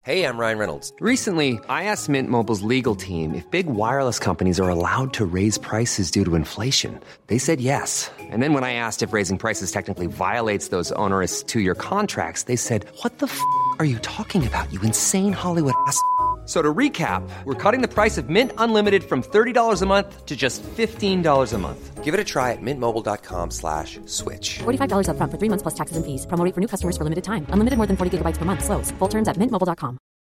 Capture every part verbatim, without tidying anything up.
Hey, I'm Ryan Reynolds. Recently, I asked Mint Mobile's legal team if big wireless companies are allowed to raise prices due to inflation. They said yes. And then when I asked if raising prices technically violates those onerous two-year contracts, they said, what the f*** are you talking about, you insane Hollywood ass f- So to recap, we're cutting the price of Mint Unlimited from thirty dollars a month to just fifteen dollars a month. Give it a try at mintmobile.com slash switch. forty-five dollars up front for three months plus taxes and fees. Promo rate for new customers for limited time. Unlimited more than forty gigabytes per month. Slows full terms at mint mobile dot com.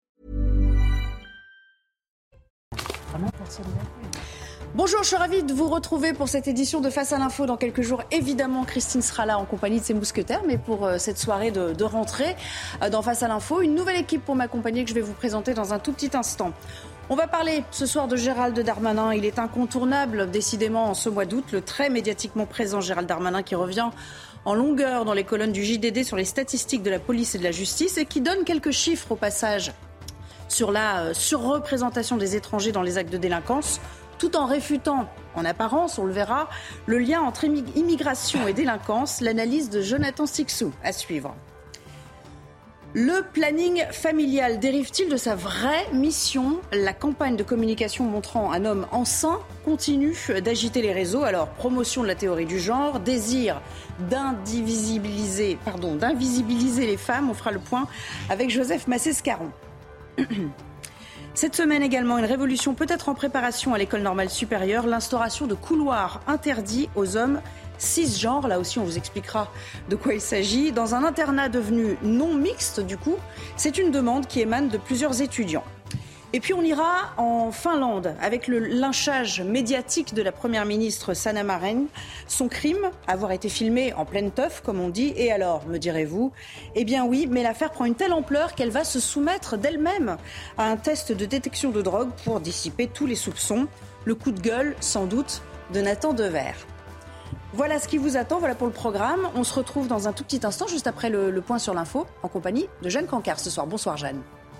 Bonjour, je suis ravie de vous retrouver pour cette édition de Face à l'info. Dans quelques jours, évidemment, Christine sera là en compagnie de ses mousquetaires. Mais pour euh, cette soirée de, de rentrée euh, dans Face à l'info, une nouvelle équipe pour m'accompagner que je vais vous présenter dans un tout petit instant. On va parler ce soir de Gérald Darmanin. Il est incontournable, décidément, en ce mois d'août. Le très médiatiquement présent Gérald Darmanin qui revient en longueur dans les colonnes du J D D sur les statistiques de la police et de la justice et qui donne quelques chiffres au passage sur la euh, surreprésentation des étrangers dans les actes de délinquance, tout en réfutant, en apparence, on le verra, le lien entre immigration et délinquance, l'analyse de Jonathan Sicsou à suivre. Le planning familial dérive-t-il de sa vraie mission ? La campagne de communication montrant un homme enceint continue d'agiter les réseaux. Alors, promotion de la théorie du genre, désir d'indivisibiliser, pardon, d'invisibiliser les femmes. On fera le point avec Joseph Massescaron. Cette semaine également, une révolution peut-être en préparation à l'école normale supérieure, l'instauration de couloirs interdits aux hommes cisgenres. Là aussi, on vous expliquera de quoi il s'agit. Dans un internat devenu non mixte, du coup, c'est une demande qui émane de plusieurs étudiants. Et puis on ira en Finlande avec le lynchage médiatique de la première ministre Sanna Marin. Son crime, avoir été filmé en pleine teuf, comme on dit. Et alors, me direz-vous ? Eh bien oui, mais l'affaire prend une telle ampleur qu'elle va se soumettre d'elle-même à un test de détection de drogue pour dissiper tous les soupçons. Le coup de gueule, sans doute, de Nathan Dever. Voilà ce qui vous attend, voilà pour le programme. On se retrouve dans un tout petit instant, juste après le, le point sur l'info, en compagnie de Jeanne Cancard ce soir. Bonsoir Jeanne.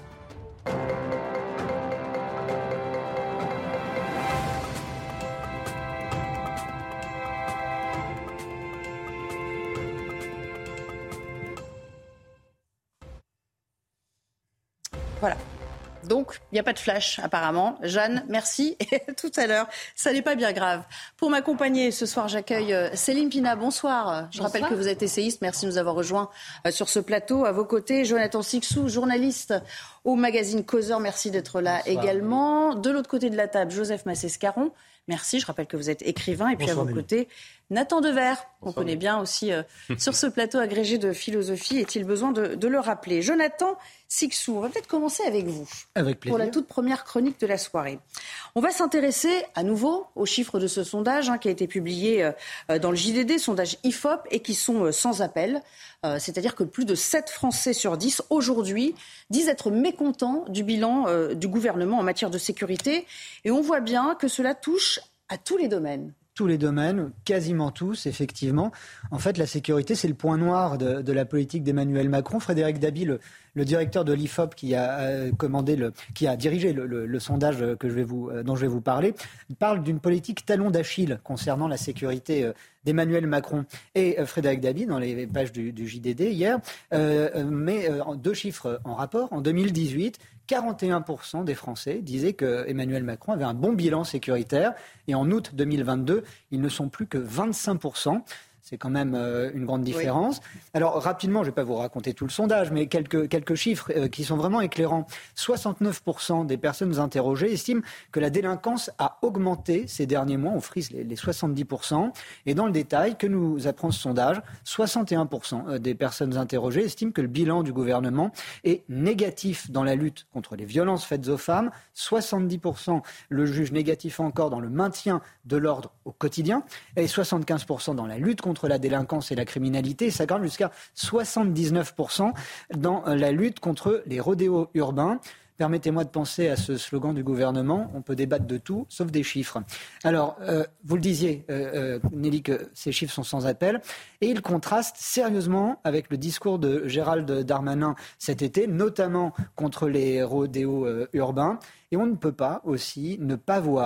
Voilà. Donc, il n'y a pas de flash, apparemment. Jeanne, merci. Et à tout à l'heure, ça n'est pas bien grave. Pour m'accompagner ce soir, j'accueille Céline Pina. Bonsoir. Je Bonsoir. rappelle que vous êtes essayiste. Merci de nous avoir rejoints sur ce plateau. À vos côtés, Jonathan Sicsou, journaliste au magazine Causeur. Merci d'être là Bonsoir. également. De l'autre côté de la table, Joseph Massescaron. Merci. Je rappelle que vous êtes écrivain. Et puis Bonsoir, à vos Nelly. côtés, Nathan Dever, qu'on connaît bien aussi euh, sur ce plateau agrégé de philosophie. Est-il besoin de, de le rappeler ? Jonathan Sicsou, on va peut-être commencer avec vous. Avec plaisir. Pour la toute première chronique de la soirée. On va s'intéresser à nouveau aux chiffres de ce sondage hein, qui a été publié euh, dans le J D D, sondage I F O P, et qui sont euh, sans appel. Euh, c'est-à-dire que plus de sept Français sur dix aujourd'hui disent être mécontents du bilan euh, du gouvernement en matière de sécurité. Et on voit bien que cela touche à tous les domaines. Tous les domaines, quasiment tous, effectivement. En fait, la sécurité, c'est le point noir de, de la politique d'Emmanuel Macron. Frédéric Dabi, le, le directeur de l'I F O P qui a euh, commandé, le, qui a dirigé le, le, le sondage que je vais vous, euh, dont je vais vous parler, parle d'une politique talon d'Achille concernant la sécurité euh, d'Emmanuel Macron. Et euh, Frédéric Dabi, dans les pages du, du J D D hier, euh, met euh, deux chiffres en rapport. En deux mille dix-huit, quarante et un pour cent des Français disaient que Emmanuel Macron avait un bon bilan sécuritaire. Et en août deux mille vingt-deux, ils ne sont plus que vingt-cinq pour cent. C'est quand même euh, une grande différence. Oui. Alors, rapidement, je ne vais pas vous raconter tout le sondage, mais quelques, quelques chiffres euh, qui sont vraiment éclairants. soixante-neuf pour cent des personnes interrogées estiment que la délinquance a augmenté ces derniers mois. On frise les, les soixante-dix pour cent. Et dans le détail, que nous apprend ce sondage, soixante et un pour cent des personnes interrogées estiment que le bilan du gouvernement est négatif dans la lutte contre les violences faites aux femmes. soixante-dix pour cent le jugent négatif encore dans le maintien de l'ordre au quotidien. Et soixante-quinze pour cent dans la lutte contre contre la délinquance et la criminalité, ça grimpe jusqu'à soixante-dix-neuf pour cent dans la lutte contre les rodéos urbains. Permettez-moi de penser à ce slogan du gouvernement, on peut débattre de tout, sauf des chiffres. Alors, euh, vous le disiez, euh, euh, Nelly, que ces chiffres sont sans appel, et ils contrastent sérieusement avec le discours de Gérald Darmanin cet été, notamment contre les rodéos euh, urbains. Et on ne peut pas aussi ne pas voir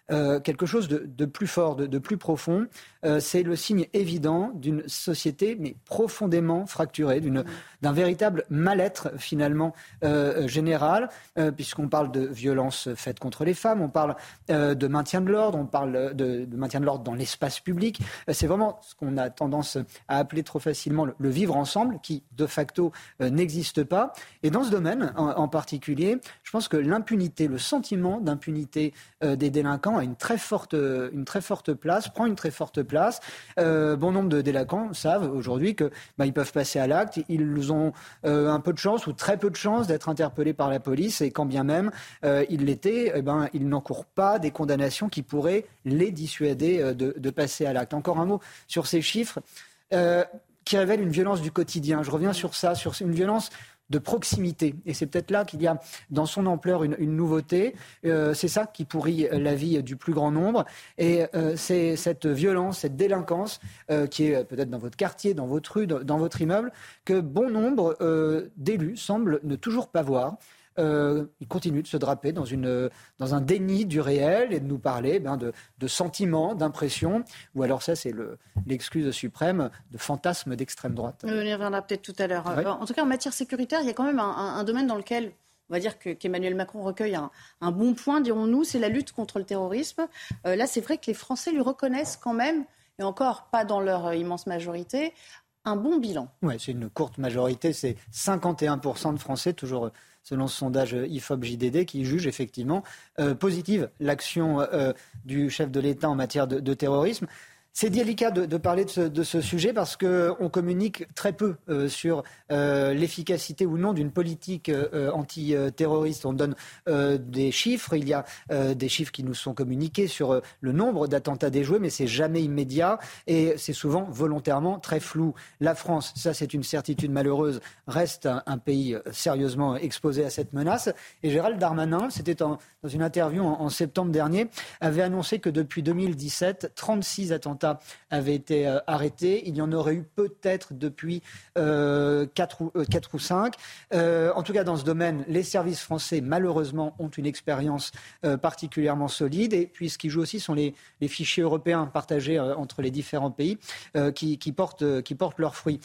euh, quelque chose de, de plus fort, de, de plus profond. Euh, c'est le signe évident d'une société, mais profondément fracturée, d'une, d'un véritable mal-être finalement euh, général, euh, puisqu'on parle de violences faites contre les femmes, on parle euh, de maintien de l'ordre, on parle de, de maintien de l'ordre dans l'espace public. Euh, c'est vraiment ce qu'on a tendance à appeler trop facilement le, le vivre ensemble, qui de facto euh, n'existe pas. Et dans ce domaine en, en particulier, je pense que l'impunité, le sentiment d'impunité euh, des délinquants a une très forte, une très forte place, prend une très forte place. Euh, bon nombre de délinquants savent aujourd'hui que bah, ils peuvent passer à l'acte, ils ont euh, un peu de chance ou très peu de chance d'être interpellés par la police, et quand bien même euh, ils l'étaient, eh ben, ils n'encourent pas des condamnations qui pourraient les dissuader euh, de, de passer à l'acte. Encore un mot sur ces chiffres euh, qui révèlent une violence du quotidien. Je reviens sur ça, sur une violence de proximité. Et c'est peut-être là qu'il y a dans son ampleur une, une nouveauté. Euh, c'est ça qui pourrit la vie du plus grand nombre. Et euh, c'est cette violence, cette délinquance euh, qui est peut-être dans votre quartier, dans votre rue, dans votre immeuble, que bon nombre euh, d'élus semblent ne toujours pas voir. Euh, ils continuent de se draper dans, une, dans un déni du réel et de nous parler ben, de, de sentiments, d'impressions, ou alors ça c'est le, l'excuse suprême de fantasmes d'extrême droite. On y reviendra peut-être tout à l'heure. Oui. En tout cas, en matière sécuritaire, il y a quand même un, un, un domaine dans lequel on va dire que, qu'Emmanuel Macron recueille un, un bon point, dirons-nous, c'est la lutte contre le terrorisme. Euh, là, c'est vrai que les Français lui reconnaissent quand même, et encore pas dans leur immense majorité, un bon bilan. Oui, c'est une courte majorité, c'est cinquante et un pour cent de Français, toujours selon ce sondage I F O P J D D, qui juge effectivement euh, positive l'action euh, du chef de l'État en matière de, de terrorisme. C'est délicat de, de parler de ce, de ce sujet parce qu'on communique très peu euh, sur euh, l'efficacité ou non d'une politique euh, antiterroriste. On donne euh, des chiffres, il y a euh, des chiffres qui nous sont communiqués sur euh, le nombre d'attentats déjoués, mais c'est jamais immédiat et c'est souvent volontairement très flou. La France, ça c'est une certitude malheureuse, reste un, un pays sérieusement exposé à cette menace. Et Gérald Darmanin, c'était en, dans une interview en, en septembre dernier, avait annoncé que depuis deux mille dix-sept, trente-six attentats avaient été euh, arrêtés. Il y en aurait eu peut-être depuis euh, quatre ou, euh, quatre ou cinq. Euh, en tout cas, dans ce domaine, les services français, malheureusement, ont une expérience euh, particulièrement solide. Et puis, ce qui joue aussi sont les, les fichiers européens partagés euh, entre les différents pays euh, qui, qui, portent, euh, qui portent leurs fruits.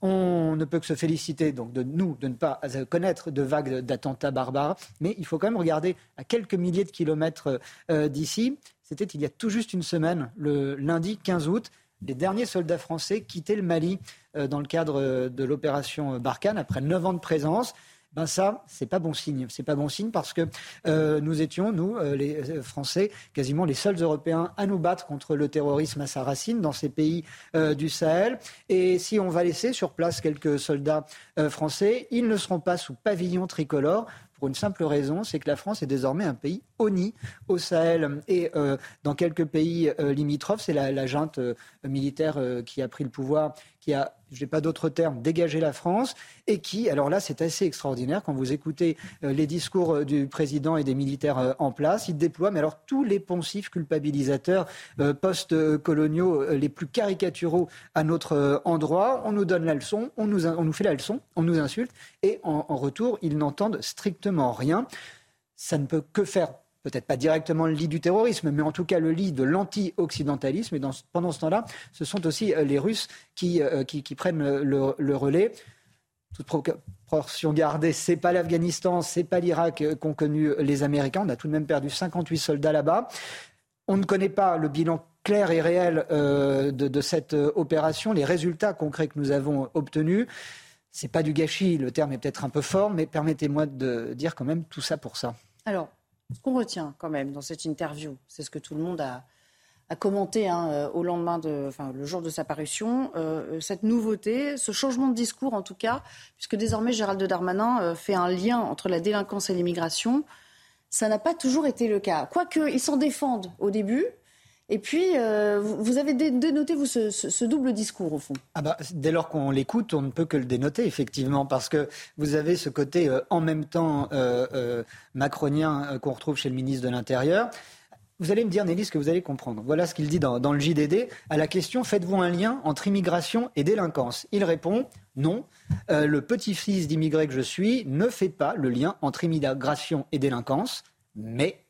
On ne peut que se féliciter donc de nous de ne pas connaître de vagues d'attentats barbares, mais il faut quand même regarder à quelques milliers de kilomètres euh, d'ici. C'était il y a tout juste une semaine, le lundi quinze août. Les derniers soldats français quittaient le Mali euh, dans le cadre de l'opération Barkhane après neuf ans de présence. Ben ça, c'est pas bon signe. C'est pas bon signe parce que euh, nous étions, nous, euh, les Français, quasiment les seuls Européens à nous battre contre le terrorisme à sa racine dans ces pays euh, du Sahel. Et si on va laisser sur place quelques soldats euh, français, ils ne seront pas sous pavillon tricolore. Pour une simple raison, c'est que la France est désormais un pays honni au Sahel et euh, dans quelques pays euh, limitrophes. C'est la, la junte euh, militaire euh, qui a pris le pouvoir, qui a, je n'ai pas d'autre terme, dégagé la France et qui, alors là, c'est assez extraordinaire quand vous écoutez euh, les discours euh, du président et des militaires euh, en place. Ils déploient, mais alors tous les poncifs culpabilisateurs euh, post-coloniaux euh, les plus caricaturaux à notre euh, endroit. On nous donne la leçon, on nous, on nous fait la leçon, on nous insulte et en, en retour, ils n'entendent strictement rien. Ça ne peut que faire, peut-être pas directement le lit du terrorisme, mais en tout cas le lit de l'anti-occidentalisme. Et dans, pendant ce temps-là, ce sont aussi euh, les Russes qui, euh, qui, qui prennent le, le relais. Toute proportion gardée, c'est pas l'Afghanistan, c'est pas l'Irak euh, qu'ont connu les Américains. On a tout de même perdu cinquante-huit soldats là-bas. On ne connaît pas le bilan clair et réel euh, de, de cette euh, opération, les résultats concrets que nous avons obtenus. C'est pas du gâchis, le terme est peut-être un peu fort, mais permettez-moi de dire quand même tout ça pour ça. Alors, ce qu'on retient quand même dans cette interview, c'est ce que tout le monde a, a commenté hein, au lendemain, de, enfin le jour de sa parution, euh, cette nouveauté, ce changement de discours en tout cas, puisque désormais Gérald Darmanin euh, fait un lien entre la délinquance et l'immigration. Ça n'a pas toujours été le cas. Quoique, ils s'en défendent au début. Et puis, euh, vous avez dénoté, vous, ce, ce, ce double discours, au fond. Ah bah, dès lors qu'on l'écoute, on ne peut que le dénoter, effectivement, parce que vous avez ce côté euh, en même temps euh, euh, macronien euh, qu'on retrouve chez le ministre de l'Intérieur. Vous allez me dire, Nelly, ce que vous allez comprendre. Voilà ce qu'il dit dans, dans le J D D à la question « Faites-vous un lien entre immigration et délinquance ?» Il répond « Non, euh, le petit-fils d'immigré que je suis ne fait pas le lien entre immigration et délinquance, mais... »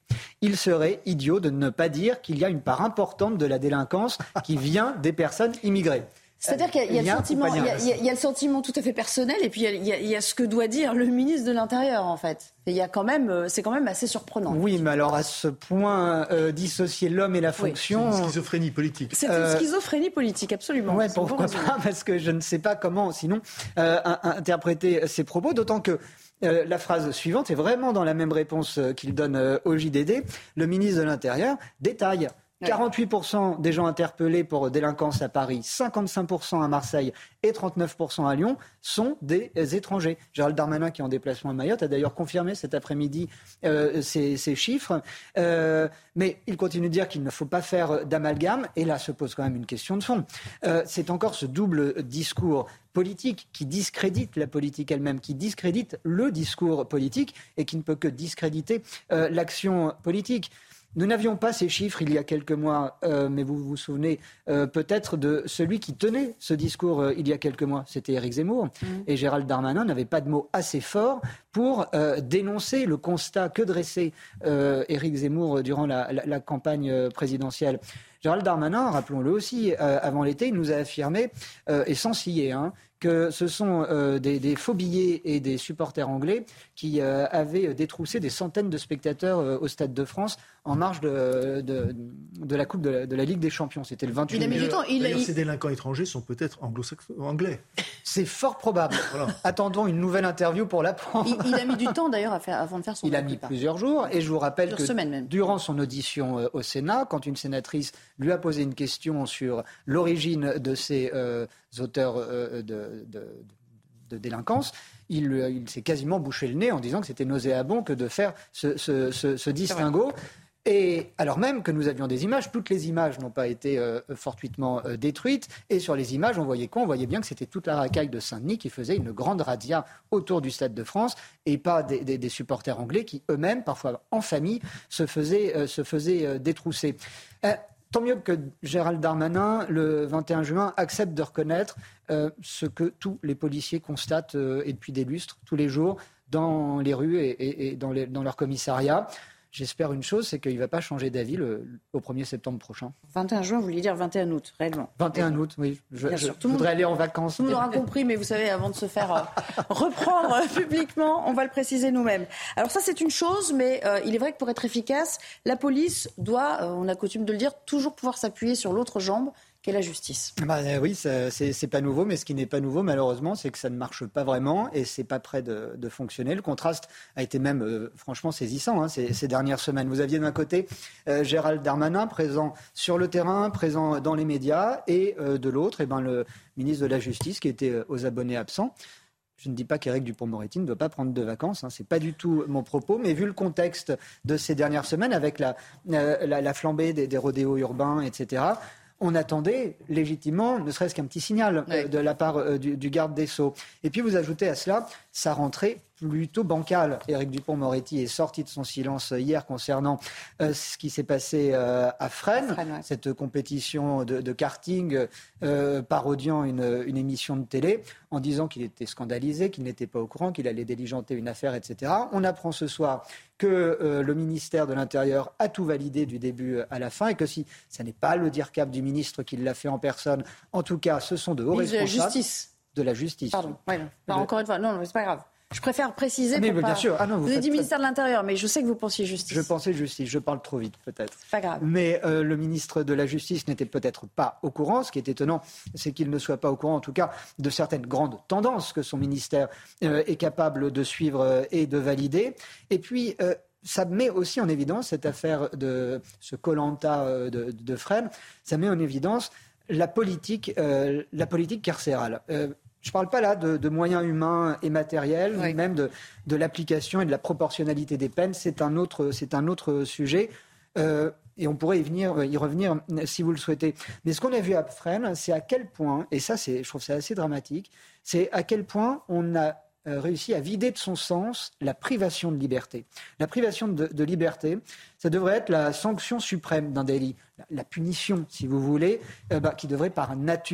Il serait idiot de ne pas dire qu'il y a une part importante de la délinquance qui vient des personnes immigrées. C'est-à-dire qu'il y a, il y a, le, sentiment, il y a, il y a, il y a le sentiment tout à fait personnel et puis il y, a, il, y a, il y a ce que doit dire le ministre de l'Intérieur en fait. Et il y a quand même, c'est quand même assez surprenant. Oui, mais alors à ce point euh, dissocier l'homme et la fonction... Oui. C'est une schizophrénie politique. C'est une schizophrénie politique, absolument. Oui, pourquoi pas, parce que je ne sais pas comment sinon euh, interpréter ces propos, d'autant que Euh, la phrase suivante est vraiment dans la même réponse euh, qu'il donne euh, au J D D. Le ministre de l'Intérieur détaille quarante-huit pour cent des gens interpellés pour délinquance à Paris, cinquante-cinq pour cent à Marseille et trente-neuf pour cent à Lyon sont des étrangers. Gérald Darmanin, qui est en déplacement à Mayotte, a d'ailleurs confirmé cet après-midi euh, ces, ces chiffres. Euh, mais il continue de dire qu'il ne faut pas faire d'amalgame. Et là se pose quand même une question de fond. Euh, c'est encore ce double discours politique qui discrédite la politique elle-même, qui discrédite le discours politique et qui ne peut que discréditer euh, l'action politique. Nous n'avions pas ces chiffres il y a quelques mois, euh, mais vous vous souvenez euh, peut-être de celui qui tenait ce discours euh, il y a quelques mois. C'était Éric Zemmour. Mmh. Et Gérald Darmanin n'avait pas de mots assez forts pour euh, dénoncer le constat que dressait euh, Éric Zemmour durant la, la, la campagne présidentielle. Gérald Darmanin, rappelons-le aussi, euh, avant l'été, il nous a affirmé, euh, et sans scier, hein, que ce sont euh, des, des faux billets et des supporters anglais qui euh, avaient détroussé des centaines de spectateurs euh, au Stade de France en marge de, de, de la Coupe de la, de la Ligue des Champions. C'était le vingt-huit mai. Il a mis du temps. Il D'ailleurs, il... ces délinquants étrangers sont peut-être anglo-saxons, anglais. C'est fort probable. Voilà. Attendons une nouvelle interview pour l'apprendre. Il, il a mis du temps d'ailleurs à faire, avant de faire son... Il a mis départ. plusieurs jours. Et je vous rappelle plusieurs que durant son audition euh, au Sénat, quand une sénatrice lui a posé une question sur l'origine de ces euh, auteurs euh, de, de, de, de délinquance, il, il s'est quasiment bouché le nez en disant que c'était nauséabond que de faire ce, ce, ce, ce distinguo. Et alors même que nous avions des images, toutes les images n'ont pas été euh, fortuitement euh, détruites. Et sur les images, on voyait quoi ? On voyait bien que c'était toute la racaille de Saint-Denis qui faisait une grande razzia autour du Stade de France et pas des, des, des supporters anglais qui eux-mêmes, parfois en famille, se faisaient, euh, se faisaient euh, détrousser. Euh, Tant mieux que Gérald Darmanin, le vingt et un juin, accepte de reconnaître euh, ce que tous les policiers constatent euh, et depuis des lustres, tous les jours, dans les rues et, et, et dans, les, dans leurs commissariats. J'espère une chose, c'est qu'il ne va pas changer d'avis le, au premier septembre prochain. vingt et un juin, vous voulez dire vingt et un août, réellement. vingt et un août, oui. Je, je, je voudrais monde, aller en vacances. Tout le monde aura compris, mais vous savez, avant de se faire euh, reprendre euh, publiquement, on va le préciser nous-mêmes. Alors ça, c'est une chose, mais euh, il est vrai que pour être efficace, la police doit, euh, on a coutume de le dire, toujours pouvoir s'appuyer sur l'autre jambe, qu'est la justice. Bah, oui, ça, c'est, c'est pas nouveau, mais ce qui n'est pas nouveau, malheureusement, c'est que ça ne marche pas vraiment et c'est pas près de, de fonctionner. Le contraste a été même, euh, franchement, saisissant hein, ces, ces dernières semaines. Vous aviez d'un côté euh, Gérald Darmanin, présent sur le terrain, présent dans les médias, et euh, de l'autre, eh ben, le ministre de la Justice, qui était euh, aux abonnés absents. Je ne dis pas qu'Éric Dupond-Moretti ne doit pas prendre de vacances, hein, c'est pas du tout mon propos, mais vu le contexte de ces dernières semaines, avec la, euh, la, la flambée des, des rodéos urbains, et cetera, on attendait légitimement, ne serait-ce qu'un petit signal euh, de la part euh, du, du garde des Sceaux. Et puis vous ajoutez à cela sa rentrée plutôt bancale. Éric Dupond-Moretti est sorti de son silence hier concernant euh, ce qui s'est passé euh, à Fresnes, Fresnes ouais. cette compétition de, de karting euh, parodiant une, une émission de télé, en disant qu'il était scandalisé, qu'il n'était pas au courant, qu'il allait diligenter une affaire, et cetera. On apprend ce soir que euh, le ministère de l'Intérieur a tout validé du début à la fin et que si ça n'est pas le D I R C A P du ministre qui l'a fait en personne, en tout cas, ce sont de hauts responsables. De la justice. De la justice. Pardon. Ouais, non. Enfin, de... Encore une fois, non, non, c'est pas grave. Je préfère préciser. Ah, mais, pour mais pas... bien sûr. Ah non, vous vous avez dit très... ministère de l'Intérieur, mais je sais que vous pensiez justice. Je pensais justice. Je parle trop vite, peut-être. C'est pas grave. Mais euh, le ministre de la Justice n'était peut-être pas au courant. Ce qui est étonnant, c'est qu'il ne soit pas au courant, en tout cas, de certaines grandes tendances que son ministère euh, est capable de suivre euh, et de valider. Et puis. Euh, Ça met aussi en évidence cette affaire de ce Koh-Lanta de, de Fresnes. Ça met en évidence la politique, euh, la politique carcérale. Euh, je ne parle pas là de, de moyens humains et matériels, oui. même de, de l'application et de la proportionnalité des peines. C'est un autre, c'est un autre sujet. Euh, et on pourrait y, venir, y revenir si vous le souhaitez. Mais ce qu'on a vu à Fresnes, c'est à quel point, et ça c'est, je trouve ça assez dramatique, c'est à quel point on a réussi à vider de son sens la privation de liberté. La privation de, de liberté, ça devrait être la sanction suprême d'un délit, la, la punition, si vous voulez, euh, bah, qui devrait par nature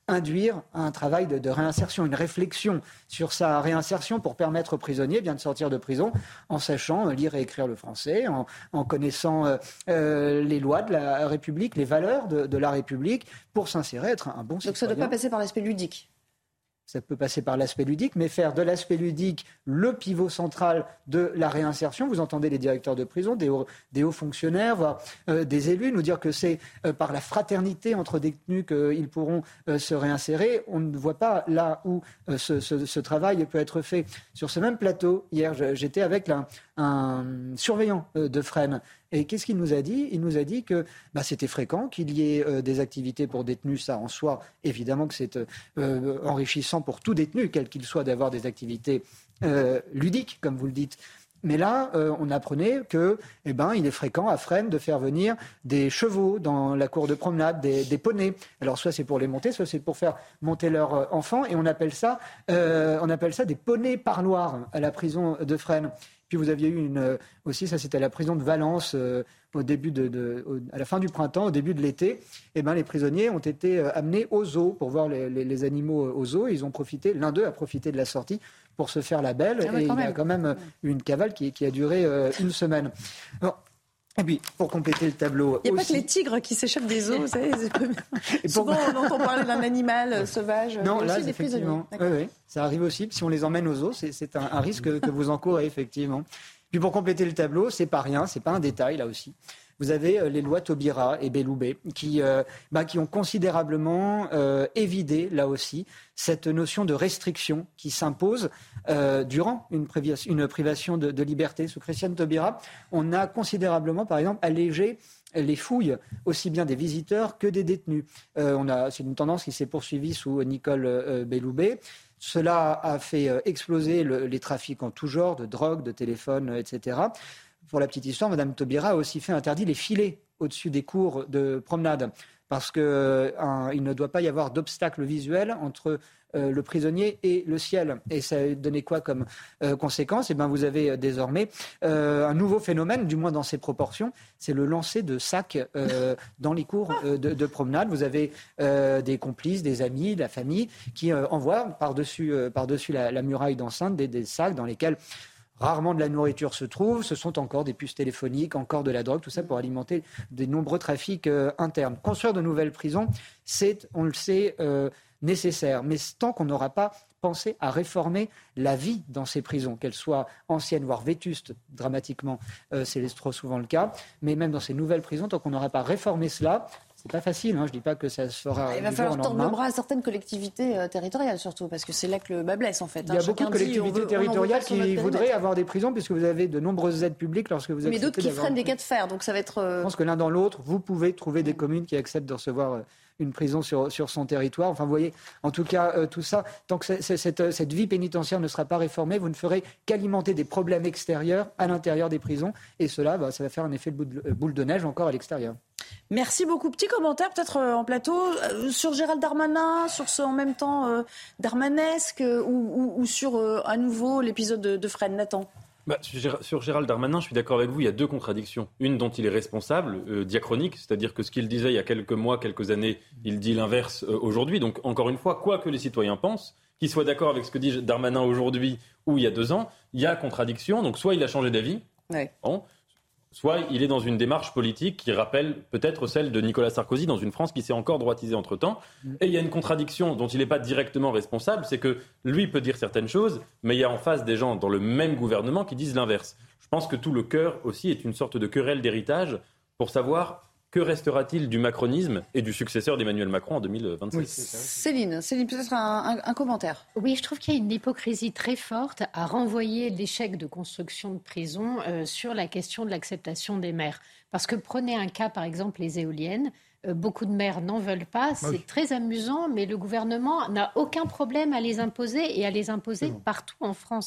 induire un travail de, de réinsertion, une réflexion sur sa réinsertion pour permettre aux prisonniers bien de sortir de prison en sachant lire et écrire le français, en, en connaissant euh, euh, les lois de la République, les valeurs de, de la République, pour s'insérer, être un bon citoyen. Donc ça ne doit pas passer par l'aspect ludique. Ça peut passer par l'aspect ludique, mais faire de l'aspect ludique le pivot central de la réinsertion. Vous entendez les directeurs de prison, des hauts, des hauts fonctionnaires, voire euh, des élus nous dire que c'est euh, par la fraternité entre détenus qu'ils pourront euh, se réinsérer. On ne voit pas là où euh, ce, ce, ce travail peut être fait. Sur ce même plateau, hier, j'étais avec un, un surveillant euh, de Fresnes. Et qu'est-ce qu'il nous a dit ? Il nous a dit que bah, c'était fréquent qu'il y ait euh, des activités pour détenus. Ça, en soi, évidemment que c'est euh, enrichissant pour tout détenu, quel qu'il soit, d'avoir des activités euh, ludiques, comme vous le dites. Mais là, euh, on apprenait que, eh ben, il est fréquent à Fresnes de faire venir des chevaux dans la cour de promenade, des, des poneys. Alors, soit c'est pour les monter, soit c'est pour faire monter leurs euh, enfants. Et on appelle ça, euh, on appelle ça des poneys parloirs à la prison de Fresnes. Puis vous aviez eu une, aussi, ça c'était à la prison de Valence euh, au début de, de, au, à la fin du printemps, au début de l'été. Eh ben, les prisonniers ont été euh, amenés aux zoos pour voir les, les, les animaux aux zoos. Ils ont profité, l'un d'eux a profité de la sortie pour se faire la belle. Ah, et il y a quand même eu une cavale qui, qui a duré euh, une semaine. Alors, et puis, pour compléter le tableau. Il n'y a aussi... pas que les tigres qui s'échappent des eaux, vous savez. Pour... Souvent, on entend parler d'un animal sauvage. Non, mais là, aussi des effectivement. Oui, oui, ça arrive aussi. Si on les emmène aux zoos, c'est, c'est un, un risque que vous encourez, effectivement. Puis, pour compléter le tableau, c'est pas rien, c'est pas un détail, là aussi. Vous avez euh, les lois Taubira et Belloubet qui, euh, bah, qui ont considérablement euh, évidé, là aussi, cette notion de restriction qui s'impose euh, durant une, prévi- une privation de, de liberté. Sous Christiane Taubira, on a considérablement, par exemple, allégé les fouilles, aussi bien des visiteurs que des détenus. Euh, on a, c'est une tendance qui s'est poursuivie sous Nicole euh, Belloubet. Cela a fait euh, exploser le, les trafics en tout genre, de drogue, de téléphone, euh, et cetera. Pour la petite histoire, Mme Taubira a aussi fait interdire les filets au-dessus des cours de promenade, parce qu'il euh, ne doit pas y avoir d'obstacle visuel entre euh, le prisonnier et le ciel. Et ça a donné quoi comme euh, conséquence ? Eh bien, vous avez euh, désormais euh, un nouveau phénomène, du moins dans ses proportions, c'est le lancer de sacs euh, dans les cours euh, de, de promenade. Vous avez euh, des complices, des amis, de la famille qui euh, envoient par-dessus, euh, par-dessus la, la muraille d'enceinte des, des sacs dans lesquels rarement de la nourriture se trouve, ce sont encore des puces téléphoniques, encore de la drogue, tout ça pour alimenter de nombreux trafics euh, internes. Construire de nouvelles prisons, c'est, on le sait, euh, nécessaire. Mais tant qu'on n'aura pas pensé à réformer la vie dans ces prisons, qu'elles soient anciennes, voire vétustes, dramatiquement, euh, c'est trop souvent le cas, mais même dans ces nouvelles prisons, tant qu'on n'aura pas réformé cela, c'est pas facile, hein, je dis pas que ça se fera. Il va falloir tordre le bras à certaines collectivités euh, territoriales surtout, parce que c'est là que le bas blesse en fait. Il y a hein. beaucoup de collectivités veut, territoriales qui voudraient avoir des prisons, puisque vous avez de nombreuses aides publiques lorsque vous acceptez. Mais d'autres qui freinent des cas de fer, donc ça va être. Euh... Je pense que l'un dans l'autre, vous pouvez trouver des communes qui acceptent de recevoir une prison sur, sur son territoire. Enfin, vous voyez, en tout cas, euh, tout ça, tant que c'est, c'est, cette, cette vie pénitentiaire ne sera pas réformée, vous ne ferez qu'alimenter des problèmes extérieurs à l'intérieur des prisons, et cela, bah, ça va faire un effet de boule de, boule de neige encore à l'extérieur. Merci beaucoup. Petit commentaire peut-être euh, en plateau euh, sur Gérald Darmanin, sur ce en même temps euh, darmanesque euh, ou, ou, ou sur euh, à nouveau l'épisode de, de Fresnes. Nathan. Bah, sur Gérald Darmanin, je suis d'accord avec vous, il y a deux contradictions. Une dont il est responsable, euh, diachronique, c'est-à-dire que ce qu'il disait il y a quelques mois, quelques années, il dit l'inverse euh, aujourd'hui. Donc encore une fois, quoi que les citoyens pensent, qu'ils soient d'accord avec ce que dit Darmanin aujourd'hui ou il y a deux ans, il y a contradiction. Donc soit il a changé d'avis, ouais. bon, soit il est dans une démarche politique qui rappelle peut-être celle de Nicolas Sarkozy dans une France qui s'est encore droitisée entre-temps. Et il y a une contradiction dont il n'est pas directement responsable, c'est que lui peut dire certaines choses, mais il y a en face des gens dans le même gouvernement qui disent l'inverse. Je pense que tout le cœur aussi est une sorte de querelle d'héritage pour savoir que restera-t-il du macronisme et du successeur d'Emmanuel Macron en deux mille vingt-six. Oui, Céline, Céline, peut-être un, un, un commentaire. Oui, je trouve qu'il y a une hypocrisie très forte à renvoyer l'échec de construction de prisons euh, sur la question de l'acceptation des maires. Parce que prenez un cas, par exemple, les éoliennes. Euh, beaucoup de maires n'en veulent pas. C'est oui. très amusant, mais le gouvernement n'a aucun problème à les imposer et à les imposer partout en France.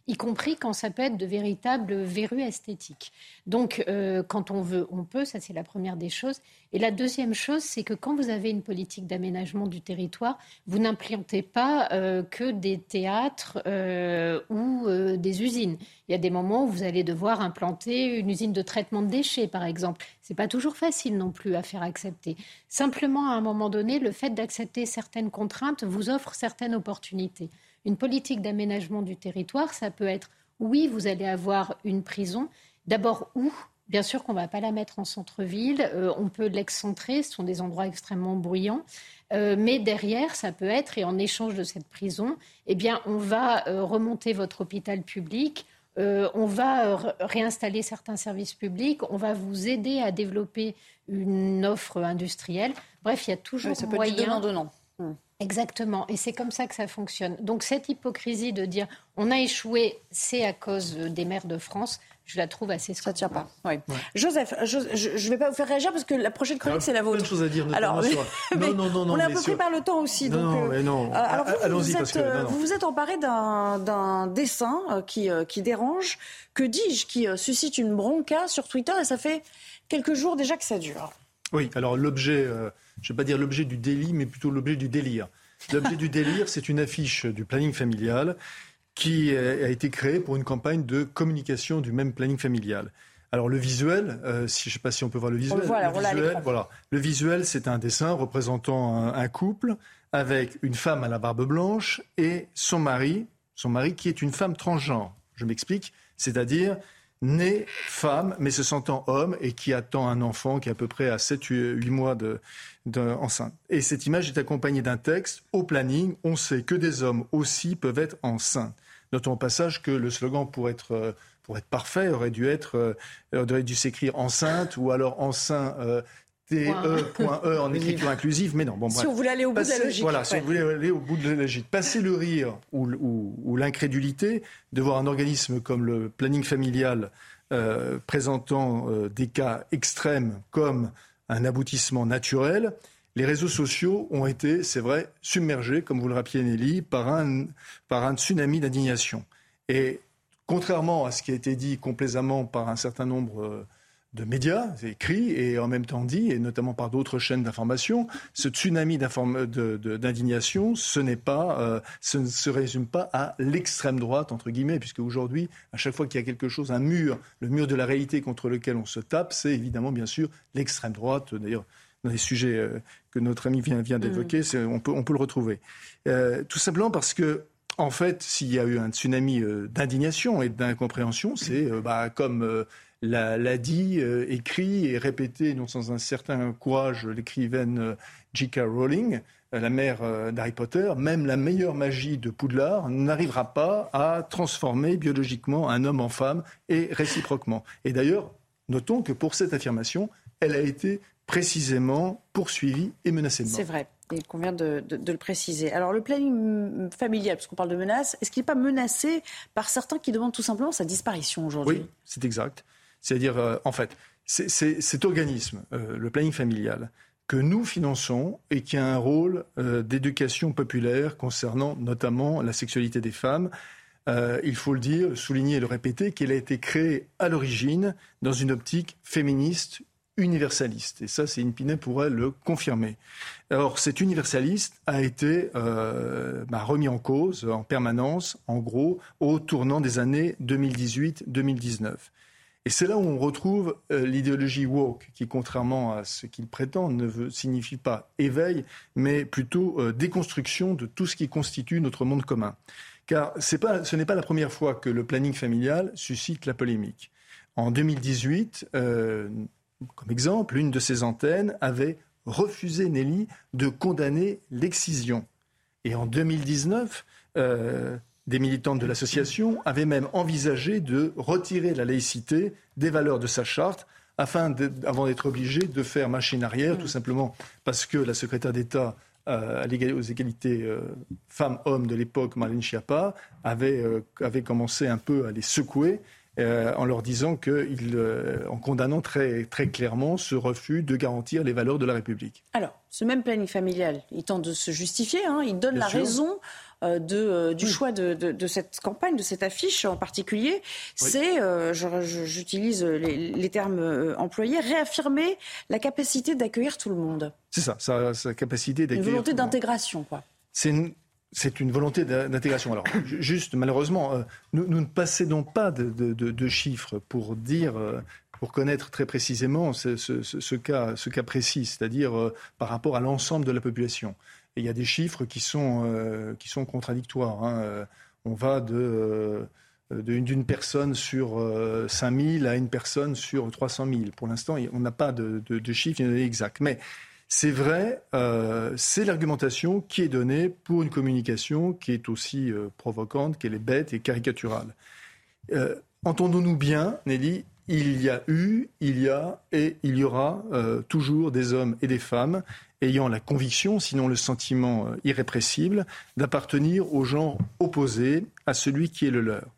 y compris quand ça peut être de véritables verrues esthétiques. Donc, euh, quand on veut, on peut, ça c'est la première des choses. Et la deuxième chose, c'est que quand vous avez une politique d'aménagement du territoire, vous n'implantez pas euh, que des théâtres euh, ou euh, des usines. Il y a des moments où vous allez devoir implanter une usine de traitement de déchets, par exemple. Ce n'est pas toujours facile non plus à faire accepter. Simplement, à un moment donné, le fait d'accepter certaines contraintes vous offre certaines opportunités. Une politique d'aménagement du territoire, ça peut être, oui, vous allez avoir une prison. D'abord, où ? Bien sûr qu'on ne va pas la mettre en centre-ville. Euh, on peut l'excentrer, ce sont des endroits extrêmement bruyants. Euh, mais derrière, ça peut être, et en échange de cette prison, eh bien, on va euh, remonter votre hôpital public, euh, on va euh, réinstaller certains services publics, on va vous aider à développer une offre industrielle. Bref, il y a toujours oui, ça peut moyen... être donnant-donnant. Hum. Exactement, et c'est comme ça que ça fonctionne. Donc cette hypocrisie de dire on a échoué, c'est à cause des maires de France, je la trouve assez scandaleuse. Ça ne tient pas. Oui. Ouais. Joseph, je ne vais pas vous faire réagir parce que la prochaine chronique, alors, c'est la vôtre. Plein de choses à dire, notamment alors, sur... non, non, non, non, on est un peu sur... pris par le temps aussi. Non, donc, non, mais non. Euh, alors vous, Allons-y, vous, êtes, parce que, non, non. vous vous êtes emparé d'un, d'un dessin euh, qui, euh, qui dérange, que dis-je, qui euh, suscite une bronca sur Twitter, et ça fait quelques jours déjà que ça dure. Oui, alors l'objet, euh, je ne vais pas dire l'objet du délit, mais plutôt l'objet du délire. L'objet du délire, c'est une affiche du planning familial qui a été créée pour une campagne de communication du même planning familial. Alors le visuel, euh, si, je ne sais pas si on peut voir le visuel. On le voit, là, le, visuel voilà. le visuel, c'est un dessin représentant un, un couple avec une femme à la barbe blanche et son mari, son mari qui est une femme transgenre. Je m'explique, c'est-à-dire née femme, mais se sentant homme et qui attend un enfant qui est à peu près à sept huit mois de, de, enceinte. Et cette image est accompagnée d'un texte. Au planning, on sait que des hommes aussi peuvent être enceintes. Notons au passage que le slogan, pour être, pour être parfait, aurait dû, être, aurait dû s'écrire enceinte ou alors enceint euh, T E.E en écriture inclusive, mais non. Bon, bref. Si on voulait aller au bout Passer, de la logique. Voilà, ouais. si on voulait aller au bout de la logique. Passer le rire ou, ou, ou l'incrédulité de voir un organisme comme le planning familial euh, présentant euh, des cas extrêmes comme un aboutissement naturel, les réseaux sociaux ont été, c'est vrai, submergés, comme vous le rappeliez Nelly, par un, par un tsunami d'indignation. Et contrairement à ce qui a été dit complaisamment par un certain nombre euh, de médias écrits et en même temps dit, et notamment par d'autres chaînes d'information, ce tsunami d'inform- de, de, d'indignation, ce n'est pas, euh, ce ne se résume pas à l'extrême droite entre guillemets, puisque aujourd'hui, à chaque fois qu'il y a quelque chose, un mur, le mur de la réalité contre lequel on se tape, c'est évidemment bien sûr l'extrême droite. D'ailleurs, dans les sujets euh, que notre ami vient, vient d'évoquer, c'est, on peut, on peut le retrouver. Euh, tout simplement parce que en fait, s'il y a eu un tsunami euh, d'indignation et d'incompréhension, c'est euh, bah, comme euh, l'a, l'a dit, euh, écrit et répété, non sans un certain courage, l'écrivaine euh, J K. Rowling, euh, la mère euh, d'Harry Potter, même la meilleure magie de Poudlard n'arrivera pas à transformer biologiquement un homme en femme et réciproquement. Et d'ailleurs, notons que pour cette affirmation, elle a été précisément poursuivie et menacée de mort. C'est vrai. Il convient de, de, de le préciser. Alors, le planning familial, puisqu'on parle de menaces, est-ce qu'il n'est pas menacé par certains qui demandent tout simplement sa disparition aujourd'hui ? Oui, c'est exact. C'est-à-dire, euh, en fait, c'est, c'est, cet organisme, euh, le planning familial, que nous finançons et qui a un rôle euh, d'éducation populaire concernant notamment la sexualité des femmes, euh, il faut le dire, le souligner et le répéter, qu'il a été créé à l'origine dans une optique féministe, universaliste. Et ça, c'est in fine pourrait le confirmer. Alors, cet universaliste a été euh, bah, remis en cause en permanence, en gros, au tournant des années deux mille dix-huit deux mille dix-neuf. Et c'est là où on retrouve euh, l'idéologie woke, qui, contrairement à ce qu'il prétend, ne veut, signifie pas éveil, mais plutôt euh, déconstruction de tout ce qui constitue notre monde commun. Car c'est pas, ce n'est pas la première fois que le planning familial suscite la polémique. En deux mille dix-huit, euh, comme exemple, une de ces antennes avait refusé, Nelly, de condamner l'excision. Et en deux mille dix-neuf, euh, des militantes de l'association avaient même envisagé de retirer la laïcité des valeurs de sa charte afin de, avant d'être obligée de faire machine arrière, tout simplement parce que la secrétaire d'État euh, aux égalités euh, femmes-hommes de l'époque, Marlène Schiappa, avait, euh, avait commencé un peu à les secouer Euh, en leur disant que, il, euh, en condamnant très, très clairement ce refus de garantir les valeurs de la République. Alors, ce même planning familial, il tente de se justifier, hein, il donne Bien la sûr. raison euh, de, euh, du oui. choix de, de, de cette campagne, de cette affiche en particulier. Oui. C'est, euh, je, je, j'utilise les, les termes euh, employés, réaffirmer la capacité d'accueillir tout le monde. C'est ça, sa, sa capacité d'accueillir. Une volonté d'intégration, quoi. C'est une, c'est une volonté d'intégration. Alors, juste, malheureusement, euh, nous, nous ne possédons pas de, de, de, de chiffres pour dire, euh, pour connaître très précisément ce, ce, ce, ce, cas, ce cas précis, c'est-à-dire euh, par rapport à l'ensemble de la population. Et il y a des chiffres qui sont, euh, qui sont contradictoires. Hein. On va de, euh, de, d'une personne sur euh, cinq mille à une personne sur trois cent mille. Pour l'instant, on n'a pas de, de, de chiffres exacts. Mais c'est vrai, euh, c'est l'argumentation qui est donnée pour une communication qui est aussi euh, provocante, qu'elle est bête et caricaturale. Euh, entendons-nous bien, Nelly, il y a eu, il y a et il y aura euh, toujours des hommes et des femmes ayant la conviction, sinon le sentiment euh, irrépressible, d'appartenir au genre opposé à celui qui est le leur.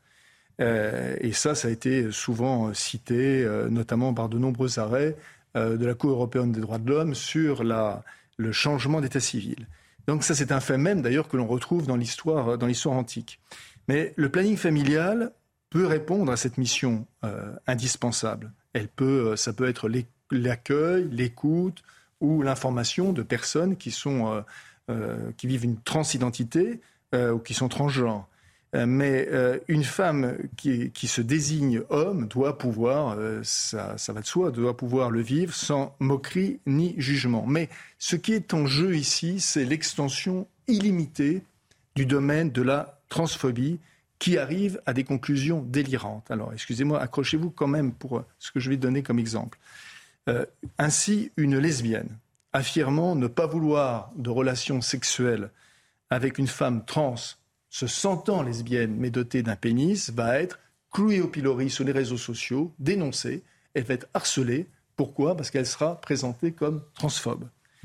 Euh, et ça, ça a été souvent cité, euh, notamment par de nombreux arrêts euh, de la Cour européenne des droits de l'homme sur la, le changement d'état civil. Donc ça, c'est un fait même, d'ailleurs, que l'on retrouve dans l'histoire, dans l'histoire antique. Mais le planning familial peut répondre à cette mission euh, indispensable. Elle peut, ça peut être l'accueil, l'écoute ou l'information de personnes qui, sont, euh, euh, qui vivent une transidentité euh, ou qui sont transgenres. Euh, mais euh, une femme qui, qui se désigne homme doit pouvoir, euh, ça, ça va de soi, doit pouvoir le vivre sans moquerie ni jugement. Mais ce qui est en jeu ici, c'est l'extension illimitée du domaine de la transphobie qui arrive à des conclusions délirantes. Alors, excusez-moi, accrochez-vous quand même pour ce que je vais donner comme exemple. Euh, ainsi, une lesbienne affirmant ne pas vouloir de relations sexuelles avec une femme trans se sentant lesbienne mais dotée d'un pénis va être clouée au pilori sur les réseaux sociaux, dénoncée, elle va être harcelée. Pourquoi ? Parce qu'elle sera présentée comme transphobe.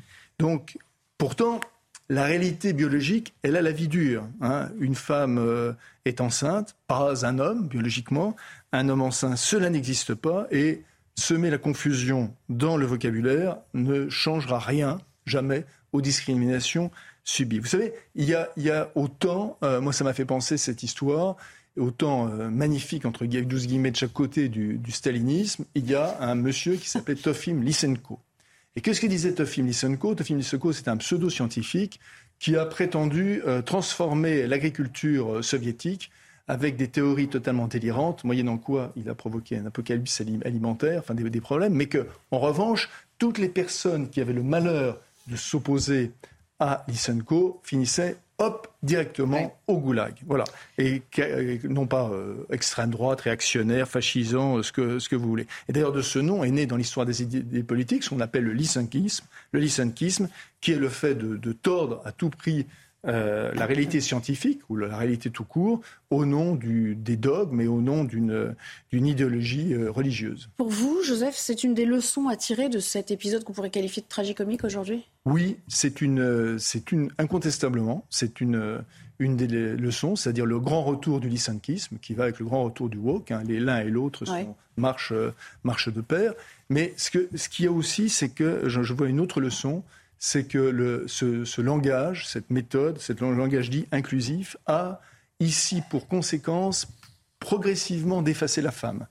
Donc, pourtant, la réalité biologique, elle a la vie dure. Hein. Une femme euh, est enceinte, pas un homme biologiquement. Un homme enceint, cela n'existe pas. Et semer la confusion dans le vocabulaire ne changera rien, jamais, aux discriminations subies. Vous savez, il y a, il y a autant, euh, moi ça m'a fait penser cette histoire, autant euh, magnifique, entre douze guillemets de chaque côté du, du stalinisme, il y a un monsieur qui s'appelait Trofim Lysenko. Et qu'est-ce que disait Trofim Lysenko ? Trofim Lysenko, c'est un pseudo-scientifique qui a prétendu euh, transformer l'agriculture euh, soviétique avec des théories totalement délirantes, moyennant quoi il a provoqué un apocalypse alimentaire, enfin des, des problèmes, mais que, en revanche, toutes les personnes qui avaient le malheur de s'opposer à Lysenko finissaient hop, directement ouais. au goulag. Voilà. Et non pas euh, extrême droite, réactionnaire, fascisant, ce que, ce que vous voulez. Et d'ailleurs, de ce nom est né dans l'histoire des idées politiques ce qu'on appelle le lysenkisme, le lysenkisme, qui est le fait de, de tordre à tout prix euh, la réalité scientifique, ou la réalité tout court, au nom du, des dogmes et au nom d'une, d'une idéologie euh, religieuse. Pour vous, Joseph, c'est une des leçons à tirer de cet épisode qu'on pourrait qualifier de tragicomique aujourd'hui ? Oui, c'est une, c'est une, incontestablement, c'est une, une des leçons, c'est-à-dire le grand retour du lysenkisme, qui va avec le grand retour du woke. Hein, les l'un et l'autre sont, ouais. marchent, marchent de pair. Mais ce, que, ce qu'il y a aussi, c'est que, je, je vois une autre leçon, c'est que le, ce, ce langage, cette méthode, ce langage dit inclusif, a ici pour conséquence progressivement d'effacer la femme.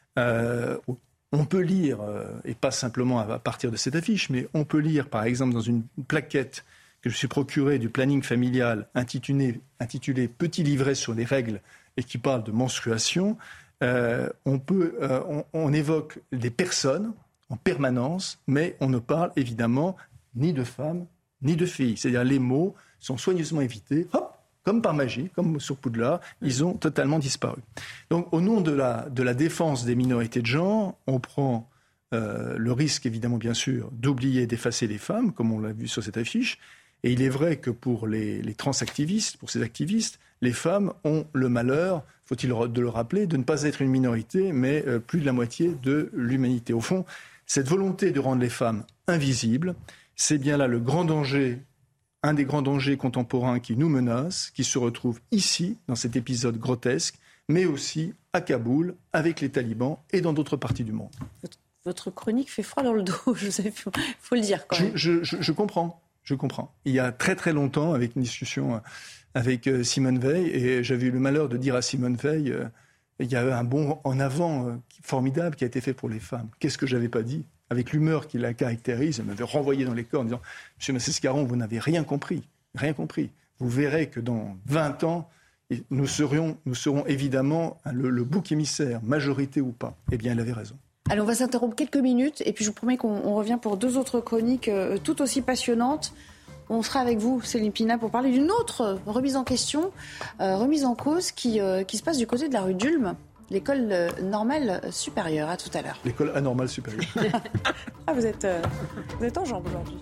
Euh, On peut lire, et pas simplement à partir de cette affiche, mais on peut lire, par exemple, dans une plaquette que je me suis procurée du planning familial intitulée, intitulée « Petit livret sur les règles » et qui parle de menstruation, euh, on, peut, euh, on, on évoque des personnes en permanence, mais on ne parle évidemment ni de femmes, ni de filles. C'est-à-dire les mots sont soigneusement évités, hop, comme par magie, comme sur Poudlard, ils ont totalement disparu. Donc, au nom de la, de la défense des minorités de genre, on prend euh, le risque, évidemment, bien sûr, d'oublier, d'effacer les femmes, comme on l'a vu sur cette affiche. Et il est vrai que pour les, les transactivistes, pour ces activistes, les femmes ont le malheur, faut-il de le rappeler, de ne pas être une minorité, mais euh, plus de la moitié de l'humanité. Au fond, cette volonté de rendre les femmes invisibles, c'est bien là le grand danger, un des grands dangers contemporains qui nous menace, qui se retrouve ici, dans cet épisode grotesque, mais aussi à Kaboul, avec les talibans et dans d'autres parties du monde. Votre, votre chronique fait froid dans le dos, Joseph, il faut le dire quand même. Je, je, je, je comprends, je comprends. Il y a très très longtemps, avec une discussion avec euh, Simone Veil, et j'avais eu le malheur de dire à Simone Veil, euh, il y avait un bond en avant euh, formidable qui a été fait pour les femmes. Qu'est-ce que j'avais pas dit ? Avec l'humeur qui la caractérise, elle m'avait renvoyé dans les corps en disant « Monsieur Massescaron, vous n'avez rien compris, rien compris. Vous verrez que dans vingt ans, nous, serions, nous serons évidemment le, le bouc émissaire, majorité ou pas. » Eh bien, elle avait raison. Allez, on va s'interrompre quelques minutes et puis je vous promets qu'on on revient pour deux autres chroniques euh, tout aussi passionnantes. On sera avec vous, Céline Pina, pour parler d'une autre remise en question, euh, remise en cause qui, euh, qui se passe du côté de la rue d'Ulm, l'école euh, normale supérieure. À tout à l'heure. L'école anormale supérieure. Ah, vous êtes, euh, vous êtes en jambes aujourd'hui.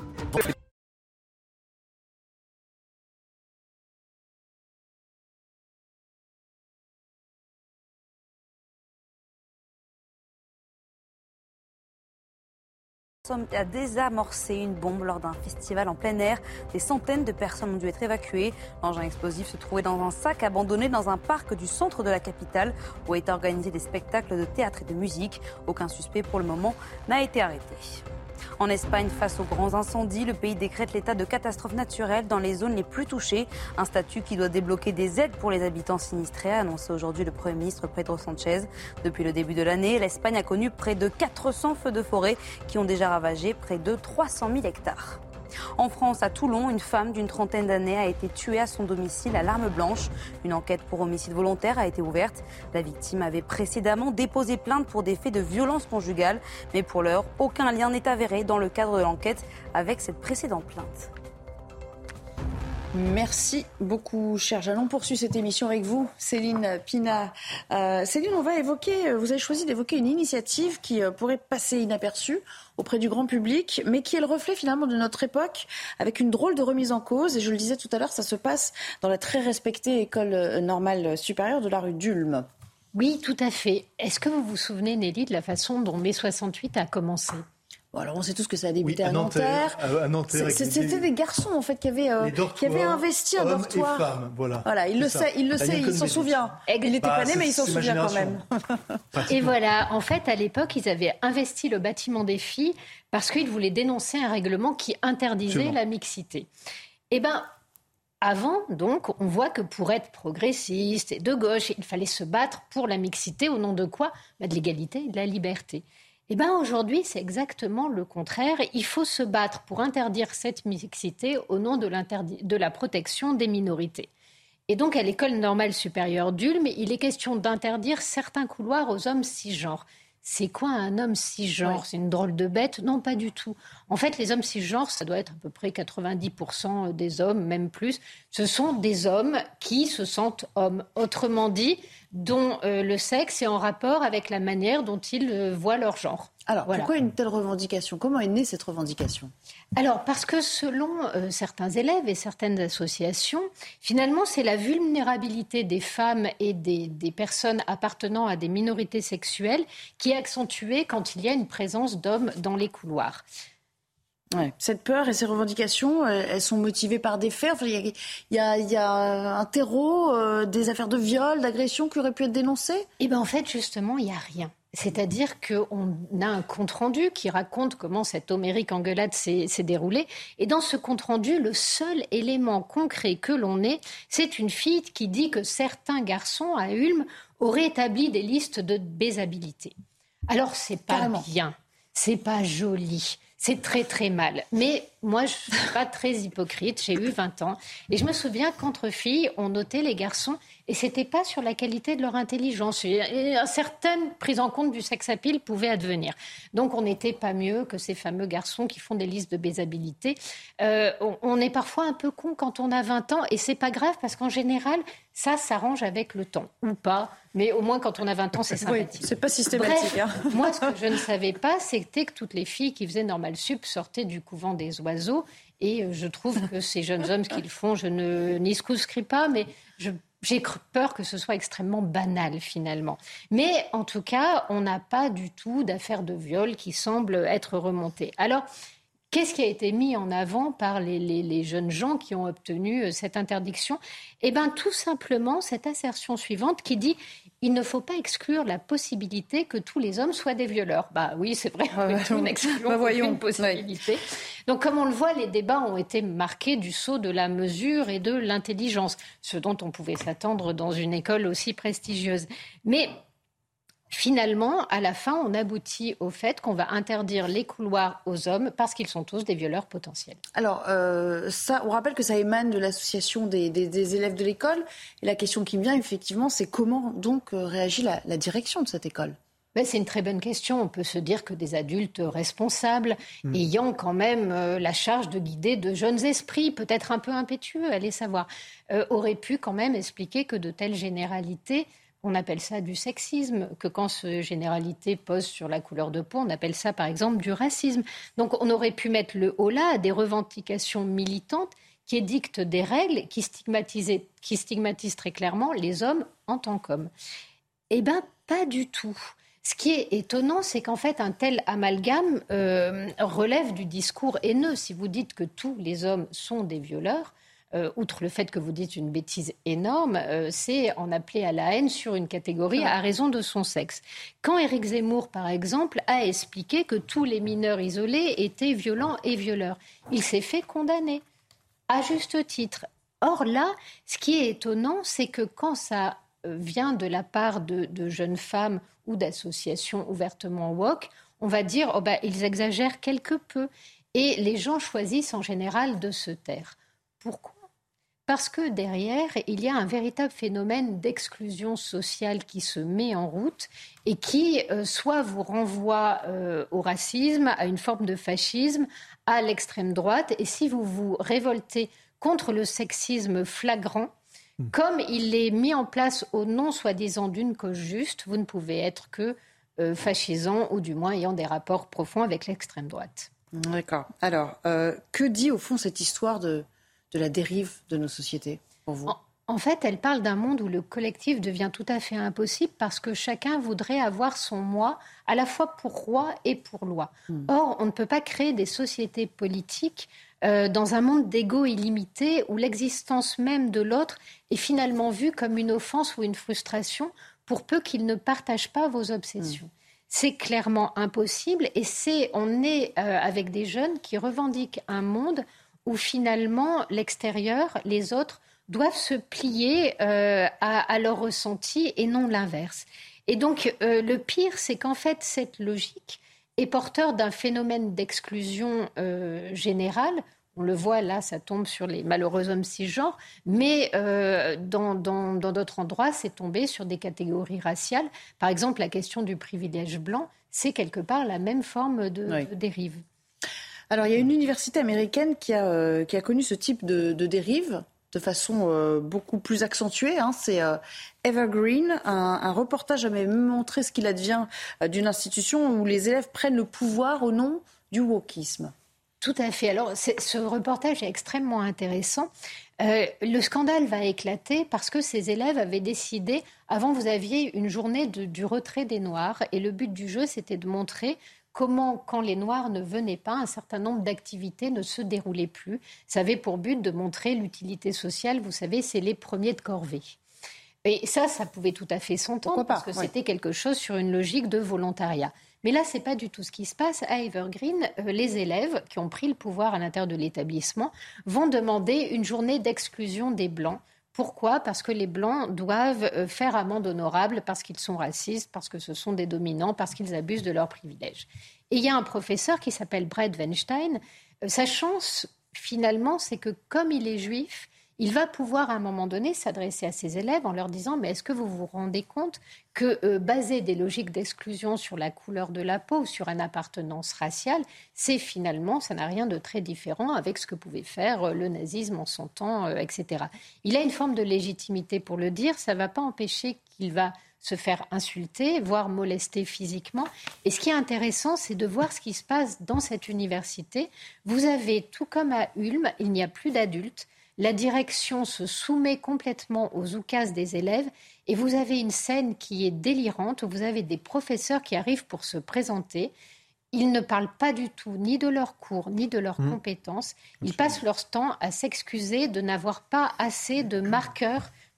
A désamorcé une bombe lors d'un festival en plein air. Des centaines de personnes ont dû être évacuées. L'engin explosif se trouvait dans un sac abandonné dans un parc du centre de la capitale où étaient organisés des spectacles de théâtre et de musique. Aucun suspect pour le moment n'a été arrêté. En Espagne, face aux grands incendies, le pays décrète l'état de catastrophe naturelle dans les zones les plus touchées. Un statut qui doit débloquer des aides pour les habitants sinistrés, a annoncé aujourd'hui le Premier ministre Pedro Sánchez. Depuis le début de l'année, l'Espagne a connu près de quatre cents feux de forêt qui ont déjà ravagé près de trois cent mille hectares. En France, à Toulon, une femme d'une trentaine d'années a été tuée à son domicile à l'arme blanche. Une enquête pour homicide volontaire a été ouverte. La victime avait précédemment déposé plainte pour des faits de violence conjugale. Mais pour l'heure, aucun lien n'est avéré dans le cadre de l'enquête avec cette précédente plainte. Merci beaucoup, cher Jeanne. On poursuit cette émission avec vous, Céline Pina. Euh, Céline, on va évoquer, vous avez choisi d'évoquer une initiative qui euh, pourrait passer inaperçue auprès du grand public, mais qui est le reflet finalement de notre époque, avec une drôle de remise en cause. Et je le disais tout à l'heure, ça se passe dans la très respectée école normale supérieure de la rue d'Ulm. Oui, tout à fait. Est-ce que vous vous souvenez, Nelly, de la façon dont mai soixante-huit a commencé ? Bon, alors on sait tous que ça a débuté oui, à, à Nanterre. Nanterre, à Nanterre C'était des... des garçons en fait qui avaient, euh, qui avaient investi un dortoir. Hommes et femmes, voilà. Voilà, il le ça. sait, il le sait, il s'en souvient. Il n'était bah, pas né, mais il s'en souvient quand même. Et voilà, en fait, à l'époque, ils avaient investi le bâtiment des filles parce qu'ils voulaient dénoncer un règlement qui interdisait Absolument. la mixité. Eh bien, avant, donc, on voit que pour être progressiste et de gauche, il fallait se battre pour la mixité au nom de quoi ? Bah, de l'égalité et de la liberté. Eh bien, aujourd'hui, c'est exactement le contraire. Il faut se battre pour interdire cette mixité au nom de, de la protection des minorités. Et donc, à l'école normale supérieure d'Ulm, il est question d'interdire certains couloirs aux hommes cisgenres. C'est quoi un homme cisgenre ? Oui. C'est une drôle de bête ? Non, pas du tout. En fait, les hommes cisgenres, ça doit être à peu près quatre-vingt-dix pour cent des hommes, même plus. Ce sont des hommes qui se sentent hommes. Autrement dit, dont euh, le sexe est en rapport avec la manière dont ils euh, voient leur genre. Alors, voilà. Pourquoi une telle revendication ? Comment est née cette revendication ? Alors, parce que selon euh, certains élèves et certaines associations, finalement, c'est la vulnérabilité des femmes et des, des personnes appartenant à des minorités sexuelles qui est accentuée quand il y a une présence d'hommes dans les couloirs. Ouais. Cette peur et ces revendications, elles sont motivées par des faits. Enfin, il y, y, y a un terreau, euh, des affaires de viol, d'agression qui auraient pu être dénoncées ? Eh bien, en fait, justement, il n'y a rien. C'est-à-dire qu'on a un compte-rendu qui raconte comment cette homérique engueulade s'est, s'est déroulée. Et dans ce compte-rendu, le seul élément concret que l'on ait, c'est une fille qui dit que certains garçons à Ulm auraient établi des listes de baisabilité. Alors, c'est pas Carrément. bien, c'est pas joli. C'est très, très mal. Mais moi, je ne suis pas très hypocrite. J'ai eu vingt ans. Et je me souviens qu'entre filles, on notait les garçons. Et ce n'était pas sur la qualité de leur intelligence. Et une certaine prise en compte du sex-appeal pouvait advenir. Donc, on n'était pas mieux que ces fameux garçons qui font des listes de baisabilité. Euh, on, on est parfois un peu con quand on a vingt ans. Et ce n'est pas grave parce qu'en général, ça s'arrange avec le temps. Ou pas. Mais au moins, quand on a vingt ans, c'est sympathique. Oui, c'est pas systématique. Bref, hein. Moi, ce que je ne savais pas, c'était que toutes les filles qui faisaient Normal Sup sortaient du couvent des oiseaux. Et je trouve que ces jeunes hommes, ce qu'ils font, je ne n'y souscris pas, mais je, j'ai peur que ce soit extrêmement banal, finalement. Mais en tout cas, on n'a pas du tout d'affaires de viol qui semblent être remontées. Alors, qu'est-ce qui a été mis en avant par les, les, les jeunes gens qui ont obtenu cette interdiction ? Eh bien, tout simplement, cette assertion suivante qui dit « il ne faut pas exclure la possibilité que tous les hommes soient des violeurs ». Bah oui, c'est vrai, euh, nous n'excluons bah aucune possibilité. Donc, comme on le voit, les débats ont été marqués du sceau de la mesure et de l'intelligence, ce dont on pouvait s'attendre dans une école aussi prestigieuse. Mais finalement, à la fin, on aboutit au fait qu'on va interdire les couloirs aux hommes parce qu'ils sont tous des violeurs potentiels. Alors, euh, ça, on rappelle que ça émane de l'association des, des, des élèves de l'école. Et la question qui me vient, effectivement, c'est comment donc euh, réagit la, la direction de cette école ? Ben, c'est une très bonne question. On peut se dire que des adultes responsables, mmh. ayant quand même euh, la charge de guider de jeunes esprits, peut-être un peu impétueux, allez savoir, euh, auraient pu quand même expliquer que de telles généralités, on appelle ça du sexisme, que quand ces généralités posent sur la couleur de peau, on appelle ça par exemple du racisme. Donc on aurait pu mettre le haut là à des revendications militantes qui édictent des règles qui stigmatisent, qui stigmatisent très clairement les hommes en tant qu'hommes. Eh bien, pas du tout. Ce qui est étonnant, c'est qu'en fait, un tel amalgame euh, relève du discours haineux. Si vous dites que tous les hommes sont des violeurs, Euh, outre le fait que vous dites une bêtise énorme, euh, c'est en appeler à la haine sur une catégorie à raison de son sexe. Quand Éric Zemmour, par exemple, a expliqué que tous les mineurs isolés étaient violents et violeurs, il s'est fait condamner, à juste titre. Or là, ce qui est étonnant, c'est que quand ça vient de la part de, de jeunes femmes ou d'associations ouvertement woke, on va dire oh bah, ils exagèrent quelque peu. Et les gens choisissent en général de se taire. Pourquoi ? Parce que derrière, il y a un véritable phénomène d'exclusion sociale qui se met en route et qui euh, soit vous renvoie euh, au racisme, à une forme de fascisme, à l'extrême droite. Et si vous vous révoltez contre le sexisme flagrant, mmh. comme il est mis en place au nom soi-disant d'une cause juste, vous ne pouvez être que euh, fascisant ou du moins ayant des rapports profonds avec l'extrême droite. D'accord. Alors, euh, que dit au fond cette histoire de... de la dérive de nos sociétés, pour vous ? En, en fait, elle parle d'un monde où le collectif devient tout à fait impossible parce que chacun voudrait avoir son moi à la fois pour roi et pour loi. Mmh. Or, on ne peut pas créer des sociétés politiques euh, dans un monde d'ego illimité où l'existence même de l'autre est finalement vue comme une offense ou une frustration pour peu qu'il ne partage pas vos obsessions. Mmh. C'est clairement impossible et c'est, on est euh, avec des jeunes qui revendiquent un monde où finalement l'extérieur, les autres, doivent se plier euh, à, à leur ressenti et non l'inverse. Et donc euh, le pire, c'est qu'en fait cette logique est porteur d'un phénomène d'exclusion euh, générale. On le voit là, ça tombe sur les malheureux hommes cisgenres, mais euh, dans, dans, dans d'autres endroits, c'est tombé sur des catégories raciales. Par exemple, la question du privilège blanc, c'est quelque part la même forme de, oui. de dérive. Alors, il y a une université américaine qui a, euh, qui a connu ce type de, de dérive de façon euh, beaucoup plus accentuée. Hein. C'est euh, Evergreen. Un, un reportage avait montré ce qu'il advient euh, d'une institution où les élèves prennent le pouvoir au nom du wokisme. Tout à fait. Alors, c'est, ce reportage est extrêmement intéressant. Euh, le scandale va éclater parce que ces élèves avaient décidé... Avant, vous aviez une journée de, du retrait des Noirs et le but du jeu, c'était de montrer comment, quand les Noirs ne venaient pas, un certain nombre d'activités ne se déroulaient plus. Ça avait pour but de montrer l'utilité sociale. Vous savez, c'est les premiers de corvée. Et ça, ça pouvait tout à fait s'entendre parce que oui. c'était quelque chose sur une logique de volontariat. Mais là, ce n'est pas du tout ce qui se passe. À Evergreen, euh, les élèves qui ont pris le pouvoir à l'intérieur de l'établissement vont demander une journée d'exclusion des Blancs. Pourquoi ? Parce que les Blancs doivent faire amende honorable parce qu'ils sont racistes, parce que ce sont des dominants, parce qu'ils abusent de leurs privilèges. Et il y a un professeur qui s'appelle Brett Weinstein. Sa chance, finalement, c'est que comme il est juif, il va pouvoir à un moment donné s'adresser à ses élèves en leur disant « Mais est-ce que vous vous rendez compte que euh, baser des logiques d'exclusion sur la couleur de la peau ou sur une appartenance raciale, c'est finalement, ça n'a rien de très différent avec ce que pouvait faire euh, le nazisme en son temps, euh, et cetera » Il a une forme de légitimité pour le dire. Ça ne va pas empêcher qu'il va se faire insulter, voire molester physiquement. Et ce qui est intéressant, c'est de voir ce qui se passe dans cette université. Vous avez, tout comme à Ulm, il n'y a plus d'adultes. La direction se soumet complètement aux oukases des élèves et vous avez une scène qui est délirante où vous avez des professeurs qui arrivent pour se présenter. Ils ne parlent pas du tout ni de leurs cours ni de leurs mmh. compétences. Ils passent leur temps à s'excuser de n'avoir pas assez de marqueurs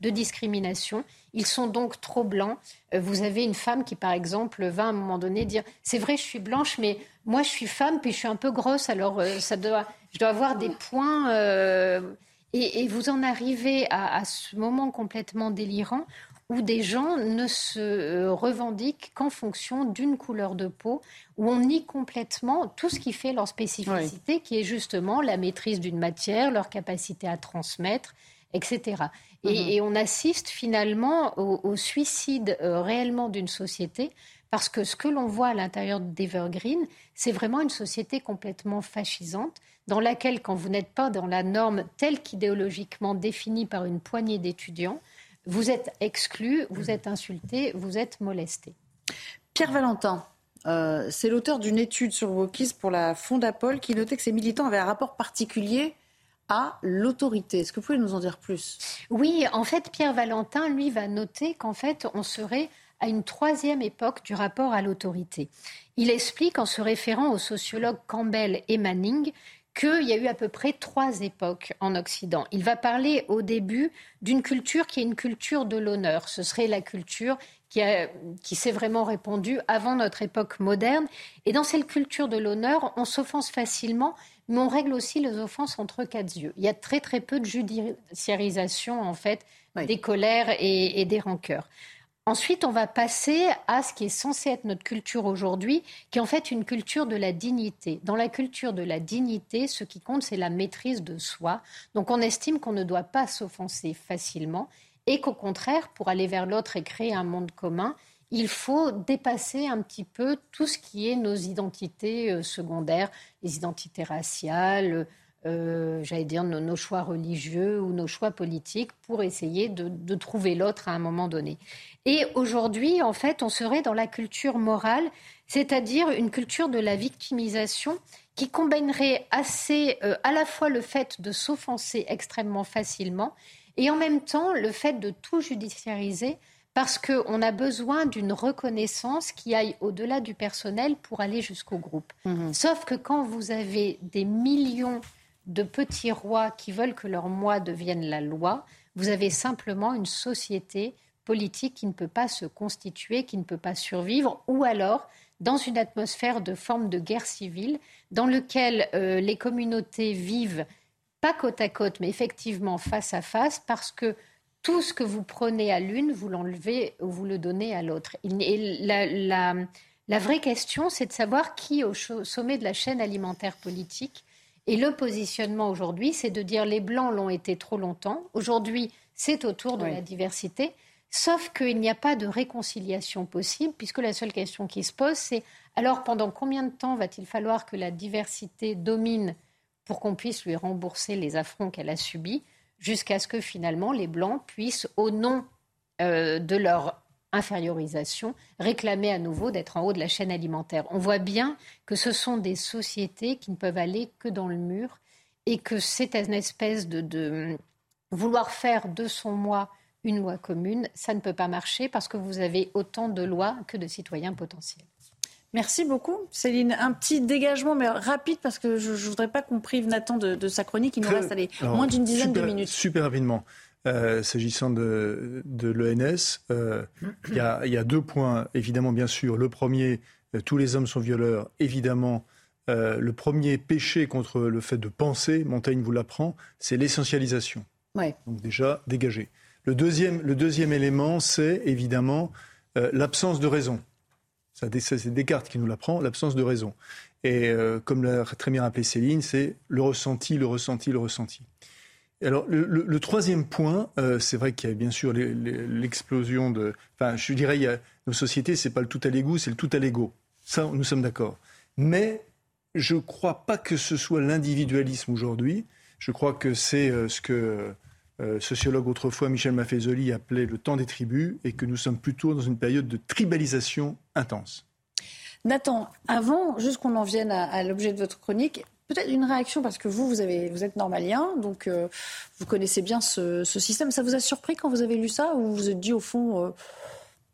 de discrimination. Ils sont donc trop blancs. Euh, vous avez une femme qui, par exemple, va à un moment donné dire « c'est vrai, je suis blanche, mais moi, je suis femme, puis je suis un peu grosse, alors euh, ça doit, je dois avoir des points... Euh... » Et, et vous en arrivez à, à ce moment complètement délirant où des gens ne se euh, revendiquent qu'en fonction d'une couleur de peau, où on nie complètement tout ce qui fait leur spécificité, oui. qui est justement la maîtrise d'une matière, leur capacité à transmettre, et cetera. Et, mmh. et on assiste finalement au, au suicide euh, réellement d'une société, parce que ce que l'on voit à l'intérieur d'Evergreen, c'est vraiment une société complètement fascisante, dans laquelle, quand vous n'êtes pas dans la norme telle qu'idéologiquement définie par une poignée d'étudiants, vous êtes exclu, vous êtes insulté, vous êtes molesté. Pierre Valentin, euh, c'est l'auteur d'une étude sur le wokisme pour la Fondapol qui notait que ces militants avaient un rapport particulier à l'autorité. Est-ce que vous pouvez nous en dire plus ? Oui, en fait, Pierre Valentin, lui, va noter qu'en fait, on serait à une troisième époque du rapport à l'autorité. Il explique, en se référant aux sociologues Campbell et Manning, qu'il y a eu à peu près trois époques en Occident. Il va parler au début d'une culture qui est une culture de l'honneur. Ce serait la culture qui, a, qui s'est vraiment répandue avant notre époque moderne. Et dans cette culture de l'honneur, on s'offense facilement, mais on règle aussi les offenses entre quatre yeux. Il y a très très peu de judiciarisation en fait, oui. des colères et, et des rancœurs. Ensuite, on va passer à ce qui est censé être notre culture aujourd'hui, qui est en fait une culture de la dignité. Dans la culture de la dignité, ce qui compte, c'est la maîtrise de soi. Donc on estime qu'on ne doit pas s'offenser facilement et qu'au contraire, pour aller vers l'autre et créer un monde commun, il faut dépasser un petit peu tout ce qui est nos identités secondaires, les identités raciales, Euh, j'allais dire nos, nos choix religieux ou nos choix politiques pour essayer de, de trouver l'autre à un moment donné. Et aujourd'hui, en fait, on serait dans la culture morale, c'est-à-dire une culture de la victimisation qui combinerait assez euh, à la fois le fait de s'offenser extrêmement facilement et en même temps le fait de tout judiciariser parce qu'on a besoin d'une reconnaissance qui aille au-delà du personnel pour aller jusqu'au groupe. Mmh. Sauf que quand vous avez des millions de petits rois qui veulent que leur moi devienne la loi, vous avez simplement une société politique qui ne peut pas se constituer, qui ne peut pas survivre, ou alors dans une atmosphère de forme de guerre civile, dans laquelle euh, les communautés vivent, pas côte à côte, mais effectivement face à face, parce que tout ce que vous prenez à l'une, vous l'enlevez ou vous le donnez à l'autre. Et la, la, la vraie question, c'est de savoir qui, au sommet de la chaîne alimentaire politique. Et le positionnement aujourd'hui, c'est de dire les Blancs l'ont été trop longtemps. Aujourd'hui, c'est au tour de oui. la diversité. Sauf qu'il n'y a pas de réconciliation possible, puisque la seule question qui se pose, c'est alors pendant combien de temps va-t-il falloir que la diversité domine pour qu'on puisse lui rembourser les affronts qu'elle a subis, jusqu'à ce que finalement les Blancs puissent, au nom euh, de leur infériorisation, réclamer à nouveau d'être en haut de la chaîne alimentaire. On voit bien que ce sont des sociétés qui ne peuvent aller que dans le mur et que c'est une espèce de, de vouloir faire de son moi une loi commune, ça ne peut pas marcher parce que vous avez autant de lois que de citoyens potentiels. Merci beaucoup, Céline. Un petit dégagement, mais rapide, parce que je ne voudrais pas qu'on prive Nathan de, de sa chronique. Il nous reste allez, Alors, moins d'une dizaine super, de minutes. Super rapidement. Euh, s'agissant de, de l'E N S, il euh, y, y a deux points, évidemment, bien sûr. Le premier, euh, tous les hommes sont violeurs. Évidemment, euh, le premier péché contre le fait de penser, Montaigne vous l'apprend, c'est l'essentialisation. Ouais. Donc déjà, dégagé. Le deuxième, le deuxième élément, c'est évidemment euh, l'absence de raison. Ça, c'est Descartes qui nous l'apprend, l'absence de raison. Et euh, comme l'a très bien rappelé Céline, c'est le ressenti, le ressenti, le ressenti. Alors, le, le, le troisième point, euh, c'est vrai qu'il y a bien sûr les, les, l'explosion de... Enfin, je dirais, il y a, nos sociétés, c'est pas le tout à l'égout, c'est le tout à l'ego. Ça, nous sommes d'accord. Mais je ne crois pas que ce soit l'individualisme aujourd'hui. Je crois que c'est euh, ce que euh, sociologue autrefois Michel Maffezoli appelait le temps des tribus et que nous sommes plutôt dans une période de tribalisation intense. Nathan, avant, juste qu'on en vienne à, à l'objet de votre chronique, peut-être une réaction, parce que vous, vous, avez, vous êtes normalien, donc euh, vous connaissez bien ce, ce système. Ça vous a surpris quand vous avez lu ça, ou vous vous êtes dit, au fond, euh,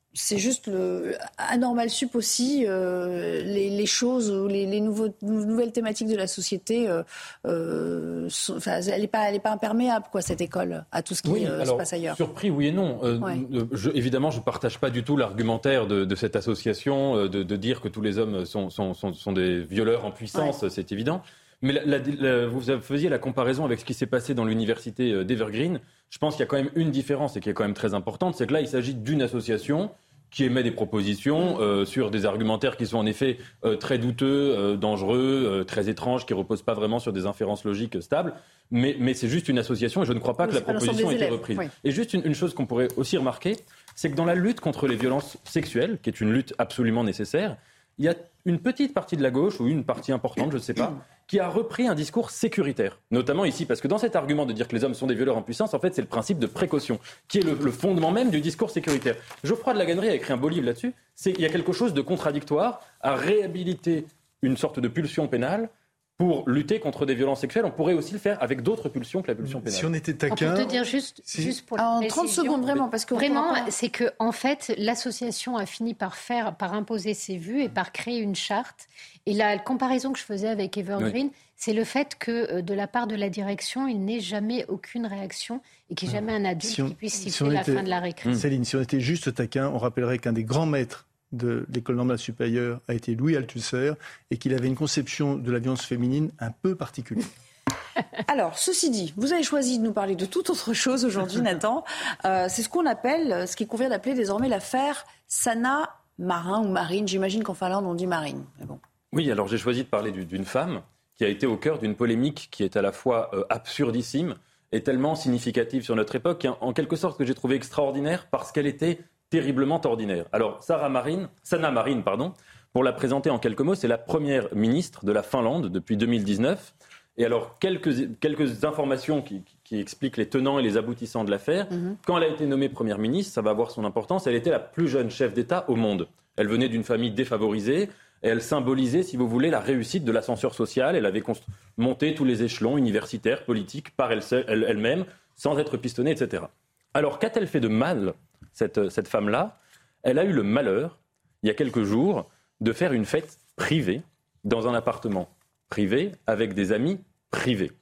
c'est juste le anormal sup aussi, euh, les, les choses, les, les nouveaux, nouvelles thématiques de la société, euh, euh, sont, enfin, elle n'est pas, elle est pas imperméable, quoi, cette école, à tout ce qui oui, euh, alors, se passe ailleurs. Surpris, oui et non. Euh, ouais. je, évidemment, je ne partage pas du tout l'argumentaire de, de cette association, de, de dire que tous les hommes sont, sont, sont, sont des violeurs en puissance, ouais. C'est évident. Mais la, la, la, vous faisiez la comparaison avec ce qui s'est passé dans l'université d'Evergreen. Je pense qu'il y a quand même une différence et qui est quand même très importante, c'est que là, il s'agit d'une association qui émet des propositions euh, sur des argumentaires qui sont en effet euh, très douteux, euh, dangereux, euh, très étranges, qui ne reposent pas vraiment sur des inférences logiques stables. Mais, mais c'est juste une association et je ne crois pas oui, que la proposition ait été reprise. Oui. Et juste une, une chose qu'on pourrait aussi remarquer, c'est que dans la lutte contre les violences sexuelles, qui est une lutte absolument nécessaire, il y a une petite partie de la gauche, ou une partie importante, je ne sais pas, qui a repris un discours sécuritaire. Notamment ici, parce que dans cet argument de dire que les hommes sont des violeurs en puissance, en fait, c'est le principe de précaution, qui est le, le fondement même du discours sécuritaire. Geoffroy de La Gannerie a écrit un beau livre là-dessus. C'est qu'il y a quelque chose de contradictoire à réhabiliter une sorte de pulsion pénale pour lutter contre des violences sexuelles. On pourrait aussi le faire avec d'autres pulsions que la pulsion pénale. Si on était taquin... On peut te dire juste, si... juste pour ah, en trente secondes, vraiment, parce que... Vraiment, c'est que en fait, l'association a fini par faire, par imposer ses vues et par créer une charte. Et la comparaison que je faisais avec Evergreen, oui. c'est le fait que, de la part de la direction, il n'y ait jamais aucune réaction et qu'il n'y ait jamais un adulte si on, qui puisse siffler si la était, fin de la récré. Céline, si on était juste taquin, on rappellerait qu'un des grands maîtres de l'école normale supérieure a été Louis Althusser et qu'il avait une conception de la violence féminine un peu particulière. Alors, ceci dit, vous avez choisi de nous parler de toute autre chose aujourd'hui, Nathan. Euh, c'est ce qu'on appelle, ce qu'il convient d'appeler désormais l'affaire Sanna Marin ou Marine. J'imagine qu'en Finlande, on dit Marine. Mais bon. Oui, alors j'ai choisi de parler d'une femme qui a été au cœur d'une polémique qui est à la fois euh, absurdissime et tellement significative sur notre époque, en quelque sorte que j'ai trouvé extraordinaire parce qu'elle était terriblement ordinaire. Alors, Sarah Marin, Sanna Marin, pardon, pour la présenter en quelques mots, c'est la première ministre de la Finlande depuis deux mille dix-neuf. Et alors, quelques, quelques informations qui, qui expliquent les tenants et les aboutissants de l'affaire. Mm-hmm. Quand elle a été nommée première ministre, ça va avoir son importance, elle était la plus jeune chef d'État au monde. Elle venait d'une famille défavorisée et elle symbolisait, si vous voulez, la réussite de l'ascenseur social. Elle avait const- monté tous les échelons universitaires, politiques, par elle seule, elle, elle-même, sans être pistonnée, et cetera. Alors, qu'a-t-elle fait de mal ? Cette, cette femme-là, elle a eu le malheur, il y a quelques jours, de faire une fête privée dans un appartement privé avec des amis privés.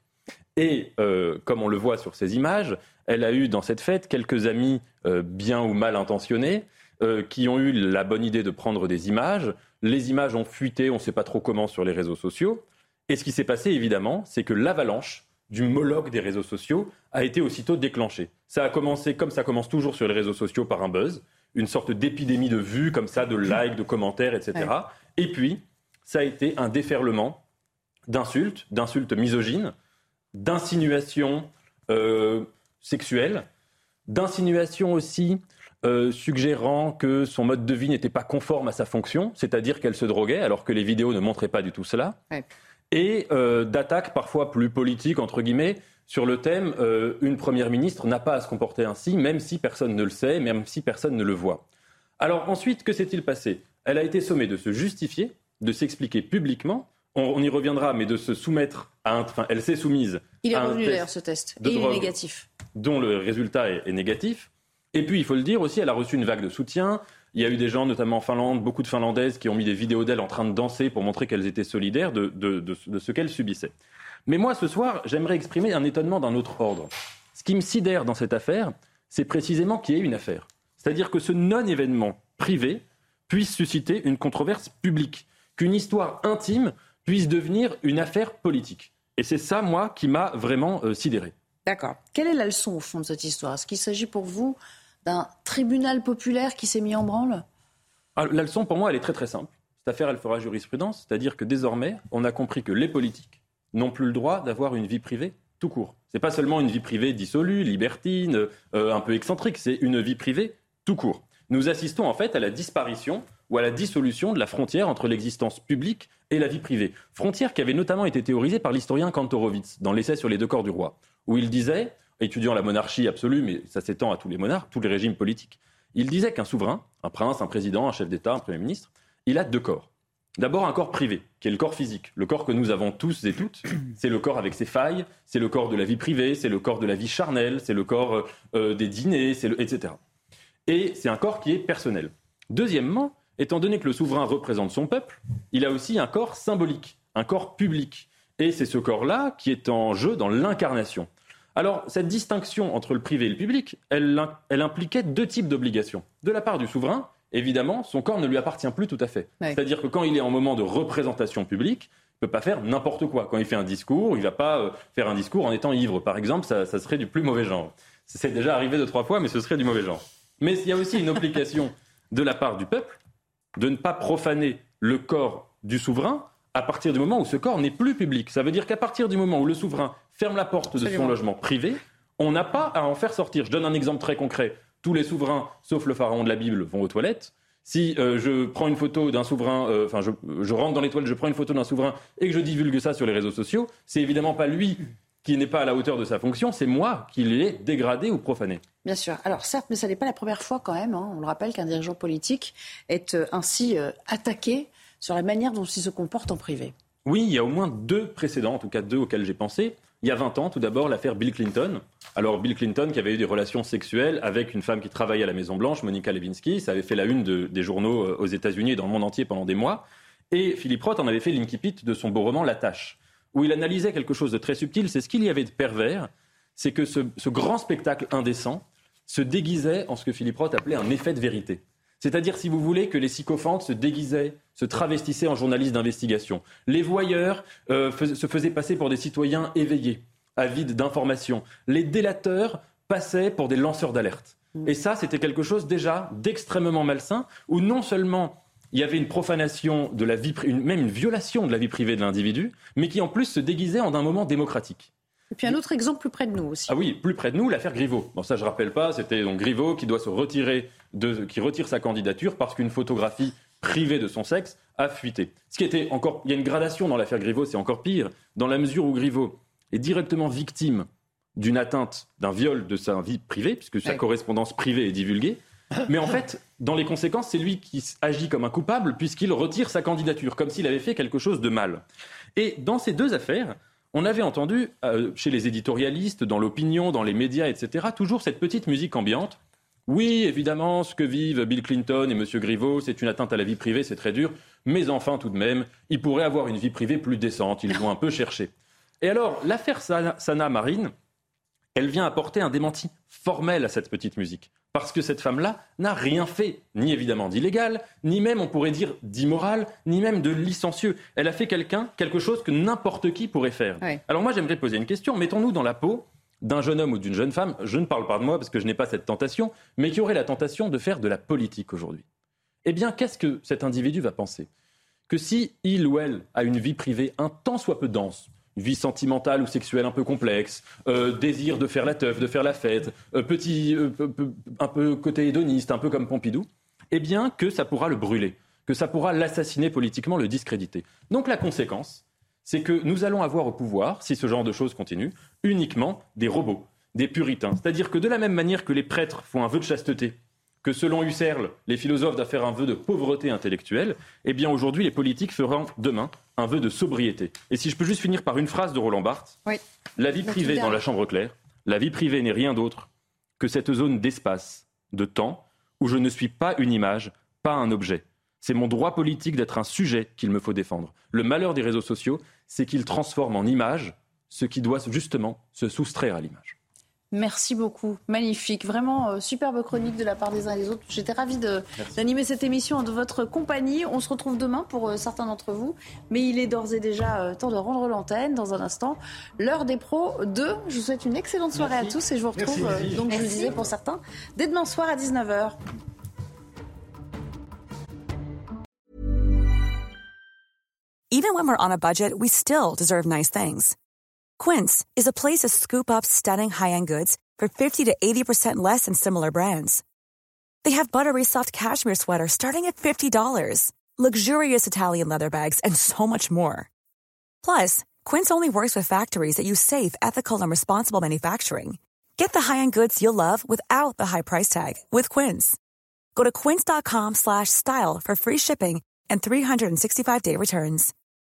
Et euh, comme on le voit sur ces images, elle a eu dans cette fête quelques amis euh, bien ou mal intentionnés euh, qui ont eu la bonne idée de prendre des images. Les images ont fuité, on ne sait pas trop comment, sur les réseaux sociaux. Et ce qui s'est passé, évidemment, c'est que l'avalanche du Moloch des réseaux sociaux a été aussitôt déclenchée. Ça a commencé, comme ça commence toujours sur les réseaux sociaux, par un buzz, une sorte d'épidémie de vues, comme ça, de likes, de commentaires, et cetera. Ouais. Et puis, ça a été un déferlement d'insultes, d'insultes misogynes, d'insinuations euh, sexuelles, d'insinuations aussi euh, suggérant que son mode de vie n'était pas conforme à sa fonction, c'est-à-dire qu'elle se droguait, alors que les vidéos ne montraient pas du tout cela. Ouais. Et euh, d'attaques parfois plus politiques, entre guillemets, sur le thème euh, « une première ministre n'a pas à se comporter ainsi, même si personne ne le sait, même si personne ne le voit ». Alors ensuite, que s'est-il passé ? Elle a été sommée de se justifier, de s'expliquer publiquement, on, on y reviendra, mais de se soumettre à un... Enfin, elle s'est soumise il est à un revenu test d'ailleurs ce test, et il est négatif. Dont le résultat est, est négatif. Et puis, il faut le dire aussi, elle a reçu une vague de soutien. Il y a eu des gens, notamment en Finlande, beaucoup de Finlandaises qui ont mis des vidéos d'elle en train de danser pour montrer qu'elles étaient solidaires de, de, de, de ce qu'elles subissaient. Mais moi, ce soir, j'aimerais exprimer un étonnement d'un autre ordre. Ce qui me sidère dans cette affaire, c'est précisément qu'il y ait une affaire. C'est-à-dire que ce non-événement privé puisse susciter une controverse publique, qu'une histoire intime puisse devenir une affaire politique. Et c'est ça, moi, qui m'a vraiment euh, sidéré. D'accord. Quelle est la leçon, au fond, de cette histoire ? Est-ce qu'il s'agit pour vous d'un tribunal populaire qui s'est mis en branle ? Alors, la leçon, pour moi, elle est très très simple. Cette affaire, elle fera jurisprudence, c'est-à-dire que désormais, on a compris que les politiques n'ont plus le droit d'avoir une vie privée tout court. C'est pas seulement une vie privée dissolue, libertine, euh, un peu excentrique, c'est une vie privée tout court. Nous assistons en fait à la disparition ou à la dissolution de la frontière entre l'existence publique et la vie privée. Frontière qui avait notamment été théorisée par l'historien Kantorowicz dans l'essai sur les deux corps du roi, où il disait, étudiant la monarchie absolue, mais ça s'étend à tous les monarques, tous les régimes politiques, il disait qu'un souverain, un prince, un président, un chef d'État, un Premier ministre, il a deux corps. D'abord un corps privé, qui est le corps physique. Le corps que nous avons tous et toutes, c'est le corps avec ses failles, c'est le corps de la vie privée, c'est le corps de la vie charnelle, c'est le corps euh, des dîners, c'est le, et cetera. Et c'est un corps qui est personnel. Deuxièmement, étant donné que le souverain représente son peuple, il a aussi un corps symbolique, un corps public. Et c'est ce corps-là qui est en jeu dans l'incarnation. Alors, cette distinction entre le privé et le public, elle, elle impliquait deux types d'obligations. De la part du souverain, évidemment, son corps ne lui appartient plus tout à fait. Ouais. C'est-à-dire que quand il est en moment de représentation publique, il ne peut pas faire n'importe quoi. Quand il fait un discours, il ne va pas euh, faire un discours en étant ivre, par exemple, ça, ça serait du plus mauvais genre. C'est déjà arrivé deux, trois fois, mais ce serait du mauvais genre. Mais il y a aussi une obligation de la part du peuple de ne pas profaner le corps du souverain à partir du moment où ce corps n'est plus public. Ça veut dire qu'à partir du moment où le souverain ferme la porte de Absolument. Son logement privé, on n'a pas à en faire sortir. Je donne un exemple très concret. Tous les souverains, sauf le pharaon de la Bible, vont aux toilettes. Si euh, je prends une photo d'un souverain, enfin euh, je, je rentre dans les toilettes, je prends une photo d'un souverain et que je divulgue ça sur les réseaux sociaux, c'est évidemment pas lui qui n'est pas à la hauteur de sa fonction, c'est moi qui l'ai dégradé ou profané. Bien sûr. Alors certes, mais ça n'est pas la première fois quand même, hein. On le rappelle qu'un dirigeant politique est euh, ainsi euh, attaqué sur la manière dont il se comporte en privé. Oui, il y a au moins deux précédents, en tout cas deux auxquels j'ai pensé. Il y a vingt ans, tout d'abord, l'affaire Bill Clinton. Alors Bill Clinton qui avait eu des relations sexuelles avec une femme qui travaillait à la Maison-Blanche, Monica Lewinsky. Ça avait fait la une de, des journaux aux États-Unis et dans le monde entier pendant des mois. Et Philippe Roth en avait fait l'incipit de son beau roman La Tâche, où il analysait quelque chose de très subtil. C'est ce qu'il y avait de pervers, c'est que ce, ce grand spectacle indécent se déguisait en ce que Philippe Roth appelait un effet de vérité. C'est-à-dire, si vous voulez, que les sycophantes se déguisaient, se travestissaient en journalistes d'investigation. Les voyeurs euh, fais, se faisaient passer pour des citoyens éveillés, avides d'informations. Les délateurs passaient pour des lanceurs d'alerte. Et ça, c'était quelque chose déjà d'extrêmement malsain, où non seulement il y avait une profanation de la vie, une, même une violation de la vie privée de l'individu, mais qui en plus se déguisait en un moment démocratique. Et puis un autre exemple plus près de nous aussi. Ah oui, plus près de nous, l'affaire Griveaux. Bon, ça je rappelle pas, c'était donc Griveaux qui doit se retirer, de, qui retire sa candidature parce qu'une photographie privée de son sexe a fuité. Ce qui était encore, il y a une gradation dans l'affaire Griveaux, c'est encore pire, dans la mesure où Griveaux est directement victime d'une atteinte, d'un viol de sa vie privée, puisque sa ouais. correspondance privée est divulguée. Mais en fait, dans les conséquences, c'est lui qui agit comme un coupable puisqu'il retire sa candidature, comme s'il avait fait quelque chose de mal. Et dans ces deux affaires, on avait entendu, euh, chez les éditorialistes, dans l'opinion, dans les médias, et cetera, toujours cette petite musique ambiante. Oui, évidemment, ce que vivent Bill Clinton et M. Griveaux, c'est une atteinte à la vie privée, c'est très dur. Mais enfin, tout de même, ils pourraient avoir une vie privée plus décente. Ils vont un peu chercher. Et alors, l'affaire Sanna Marin, elle vient apporter un démenti formel à cette petite musique. Parce que cette femme-là n'a rien fait, ni évidemment d'illégal, ni même, on pourrait dire, d'immoral, ni même de licencieux. Elle a fait quelqu'un, quelque chose que n'importe qui pourrait faire. Oui. Alors moi, j'aimerais poser une question. Mettons-nous dans la peau d'un jeune homme ou d'une jeune femme, je ne parle pas de moi parce que je n'ai pas cette tentation, mais qui aurait la tentation de faire de la politique aujourd'hui. Eh bien, qu'est-ce que cet individu va penser ? Que si il ou elle a une vie privée un tant soit peu dense, une vie sentimentale ou sexuelle un peu complexe, euh, désir de faire la teuf, de faire la fête, euh, petit, euh, peu, un peu côté hédoniste, un peu comme Pompidou, eh bien que ça pourra le brûler, que ça pourra l'assassiner politiquement, le discréditer. Donc la conséquence, c'est que nous allons avoir au pouvoir, si ce genre de choses continue, uniquement des robots, des puritains. C'est-à-dire que de la même manière que les prêtres font un vœu de chasteté, que selon Husserl, les philosophes doivent faire un vœu de pauvreté intellectuelle, eh bien aujourd'hui les politiques feront demain un vœu de sobriété. Et si je peux juste finir par une phrase de Roland Barthes, oui. La vie privée dans la chambre claire, la vie privée n'est rien d'autre que cette zone d'espace, de temps, où je ne suis pas une image, pas un objet. C'est mon droit politique d'être un sujet qu'il me faut défendre. Le malheur des réseaux sociaux, c'est qu'ils transforment en image ce qui doit justement se soustraire à l'image. Merci beaucoup, magnifique, vraiment euh, superbe chronique de la part des uns et des autres. J'étais ravie de, d'animer cette émission de votre compagnie. On se retrouve demain pour euh, certains d'entre vous, mais il est d'ores et déjà euh, temps de rendre l'antenne dans un instant. L'heure des pros deux. Je vous souhaite une excellente soirée Merci. à tous et je vous retrouve, Merci, euh, donc Merci. je le disais pour certains, dès demain soir à dix-neuf heures. Even when we're on a budget, we still deserve nice things. Quince is a place to scoop up stunning high-end goods for fifty to eighty percent less than similar brands. They have buttery soft cashmere sweaters starting at fifty dollars, luxurious Italian leather bags, and so much more. Plus, Quince only works with factories that use safe, ethical, and responsible manufacturing. Get the high-end goods you'll love without the high price tag with Quince. Go to quince.com slash style for free shipping and three sixty-five day returns.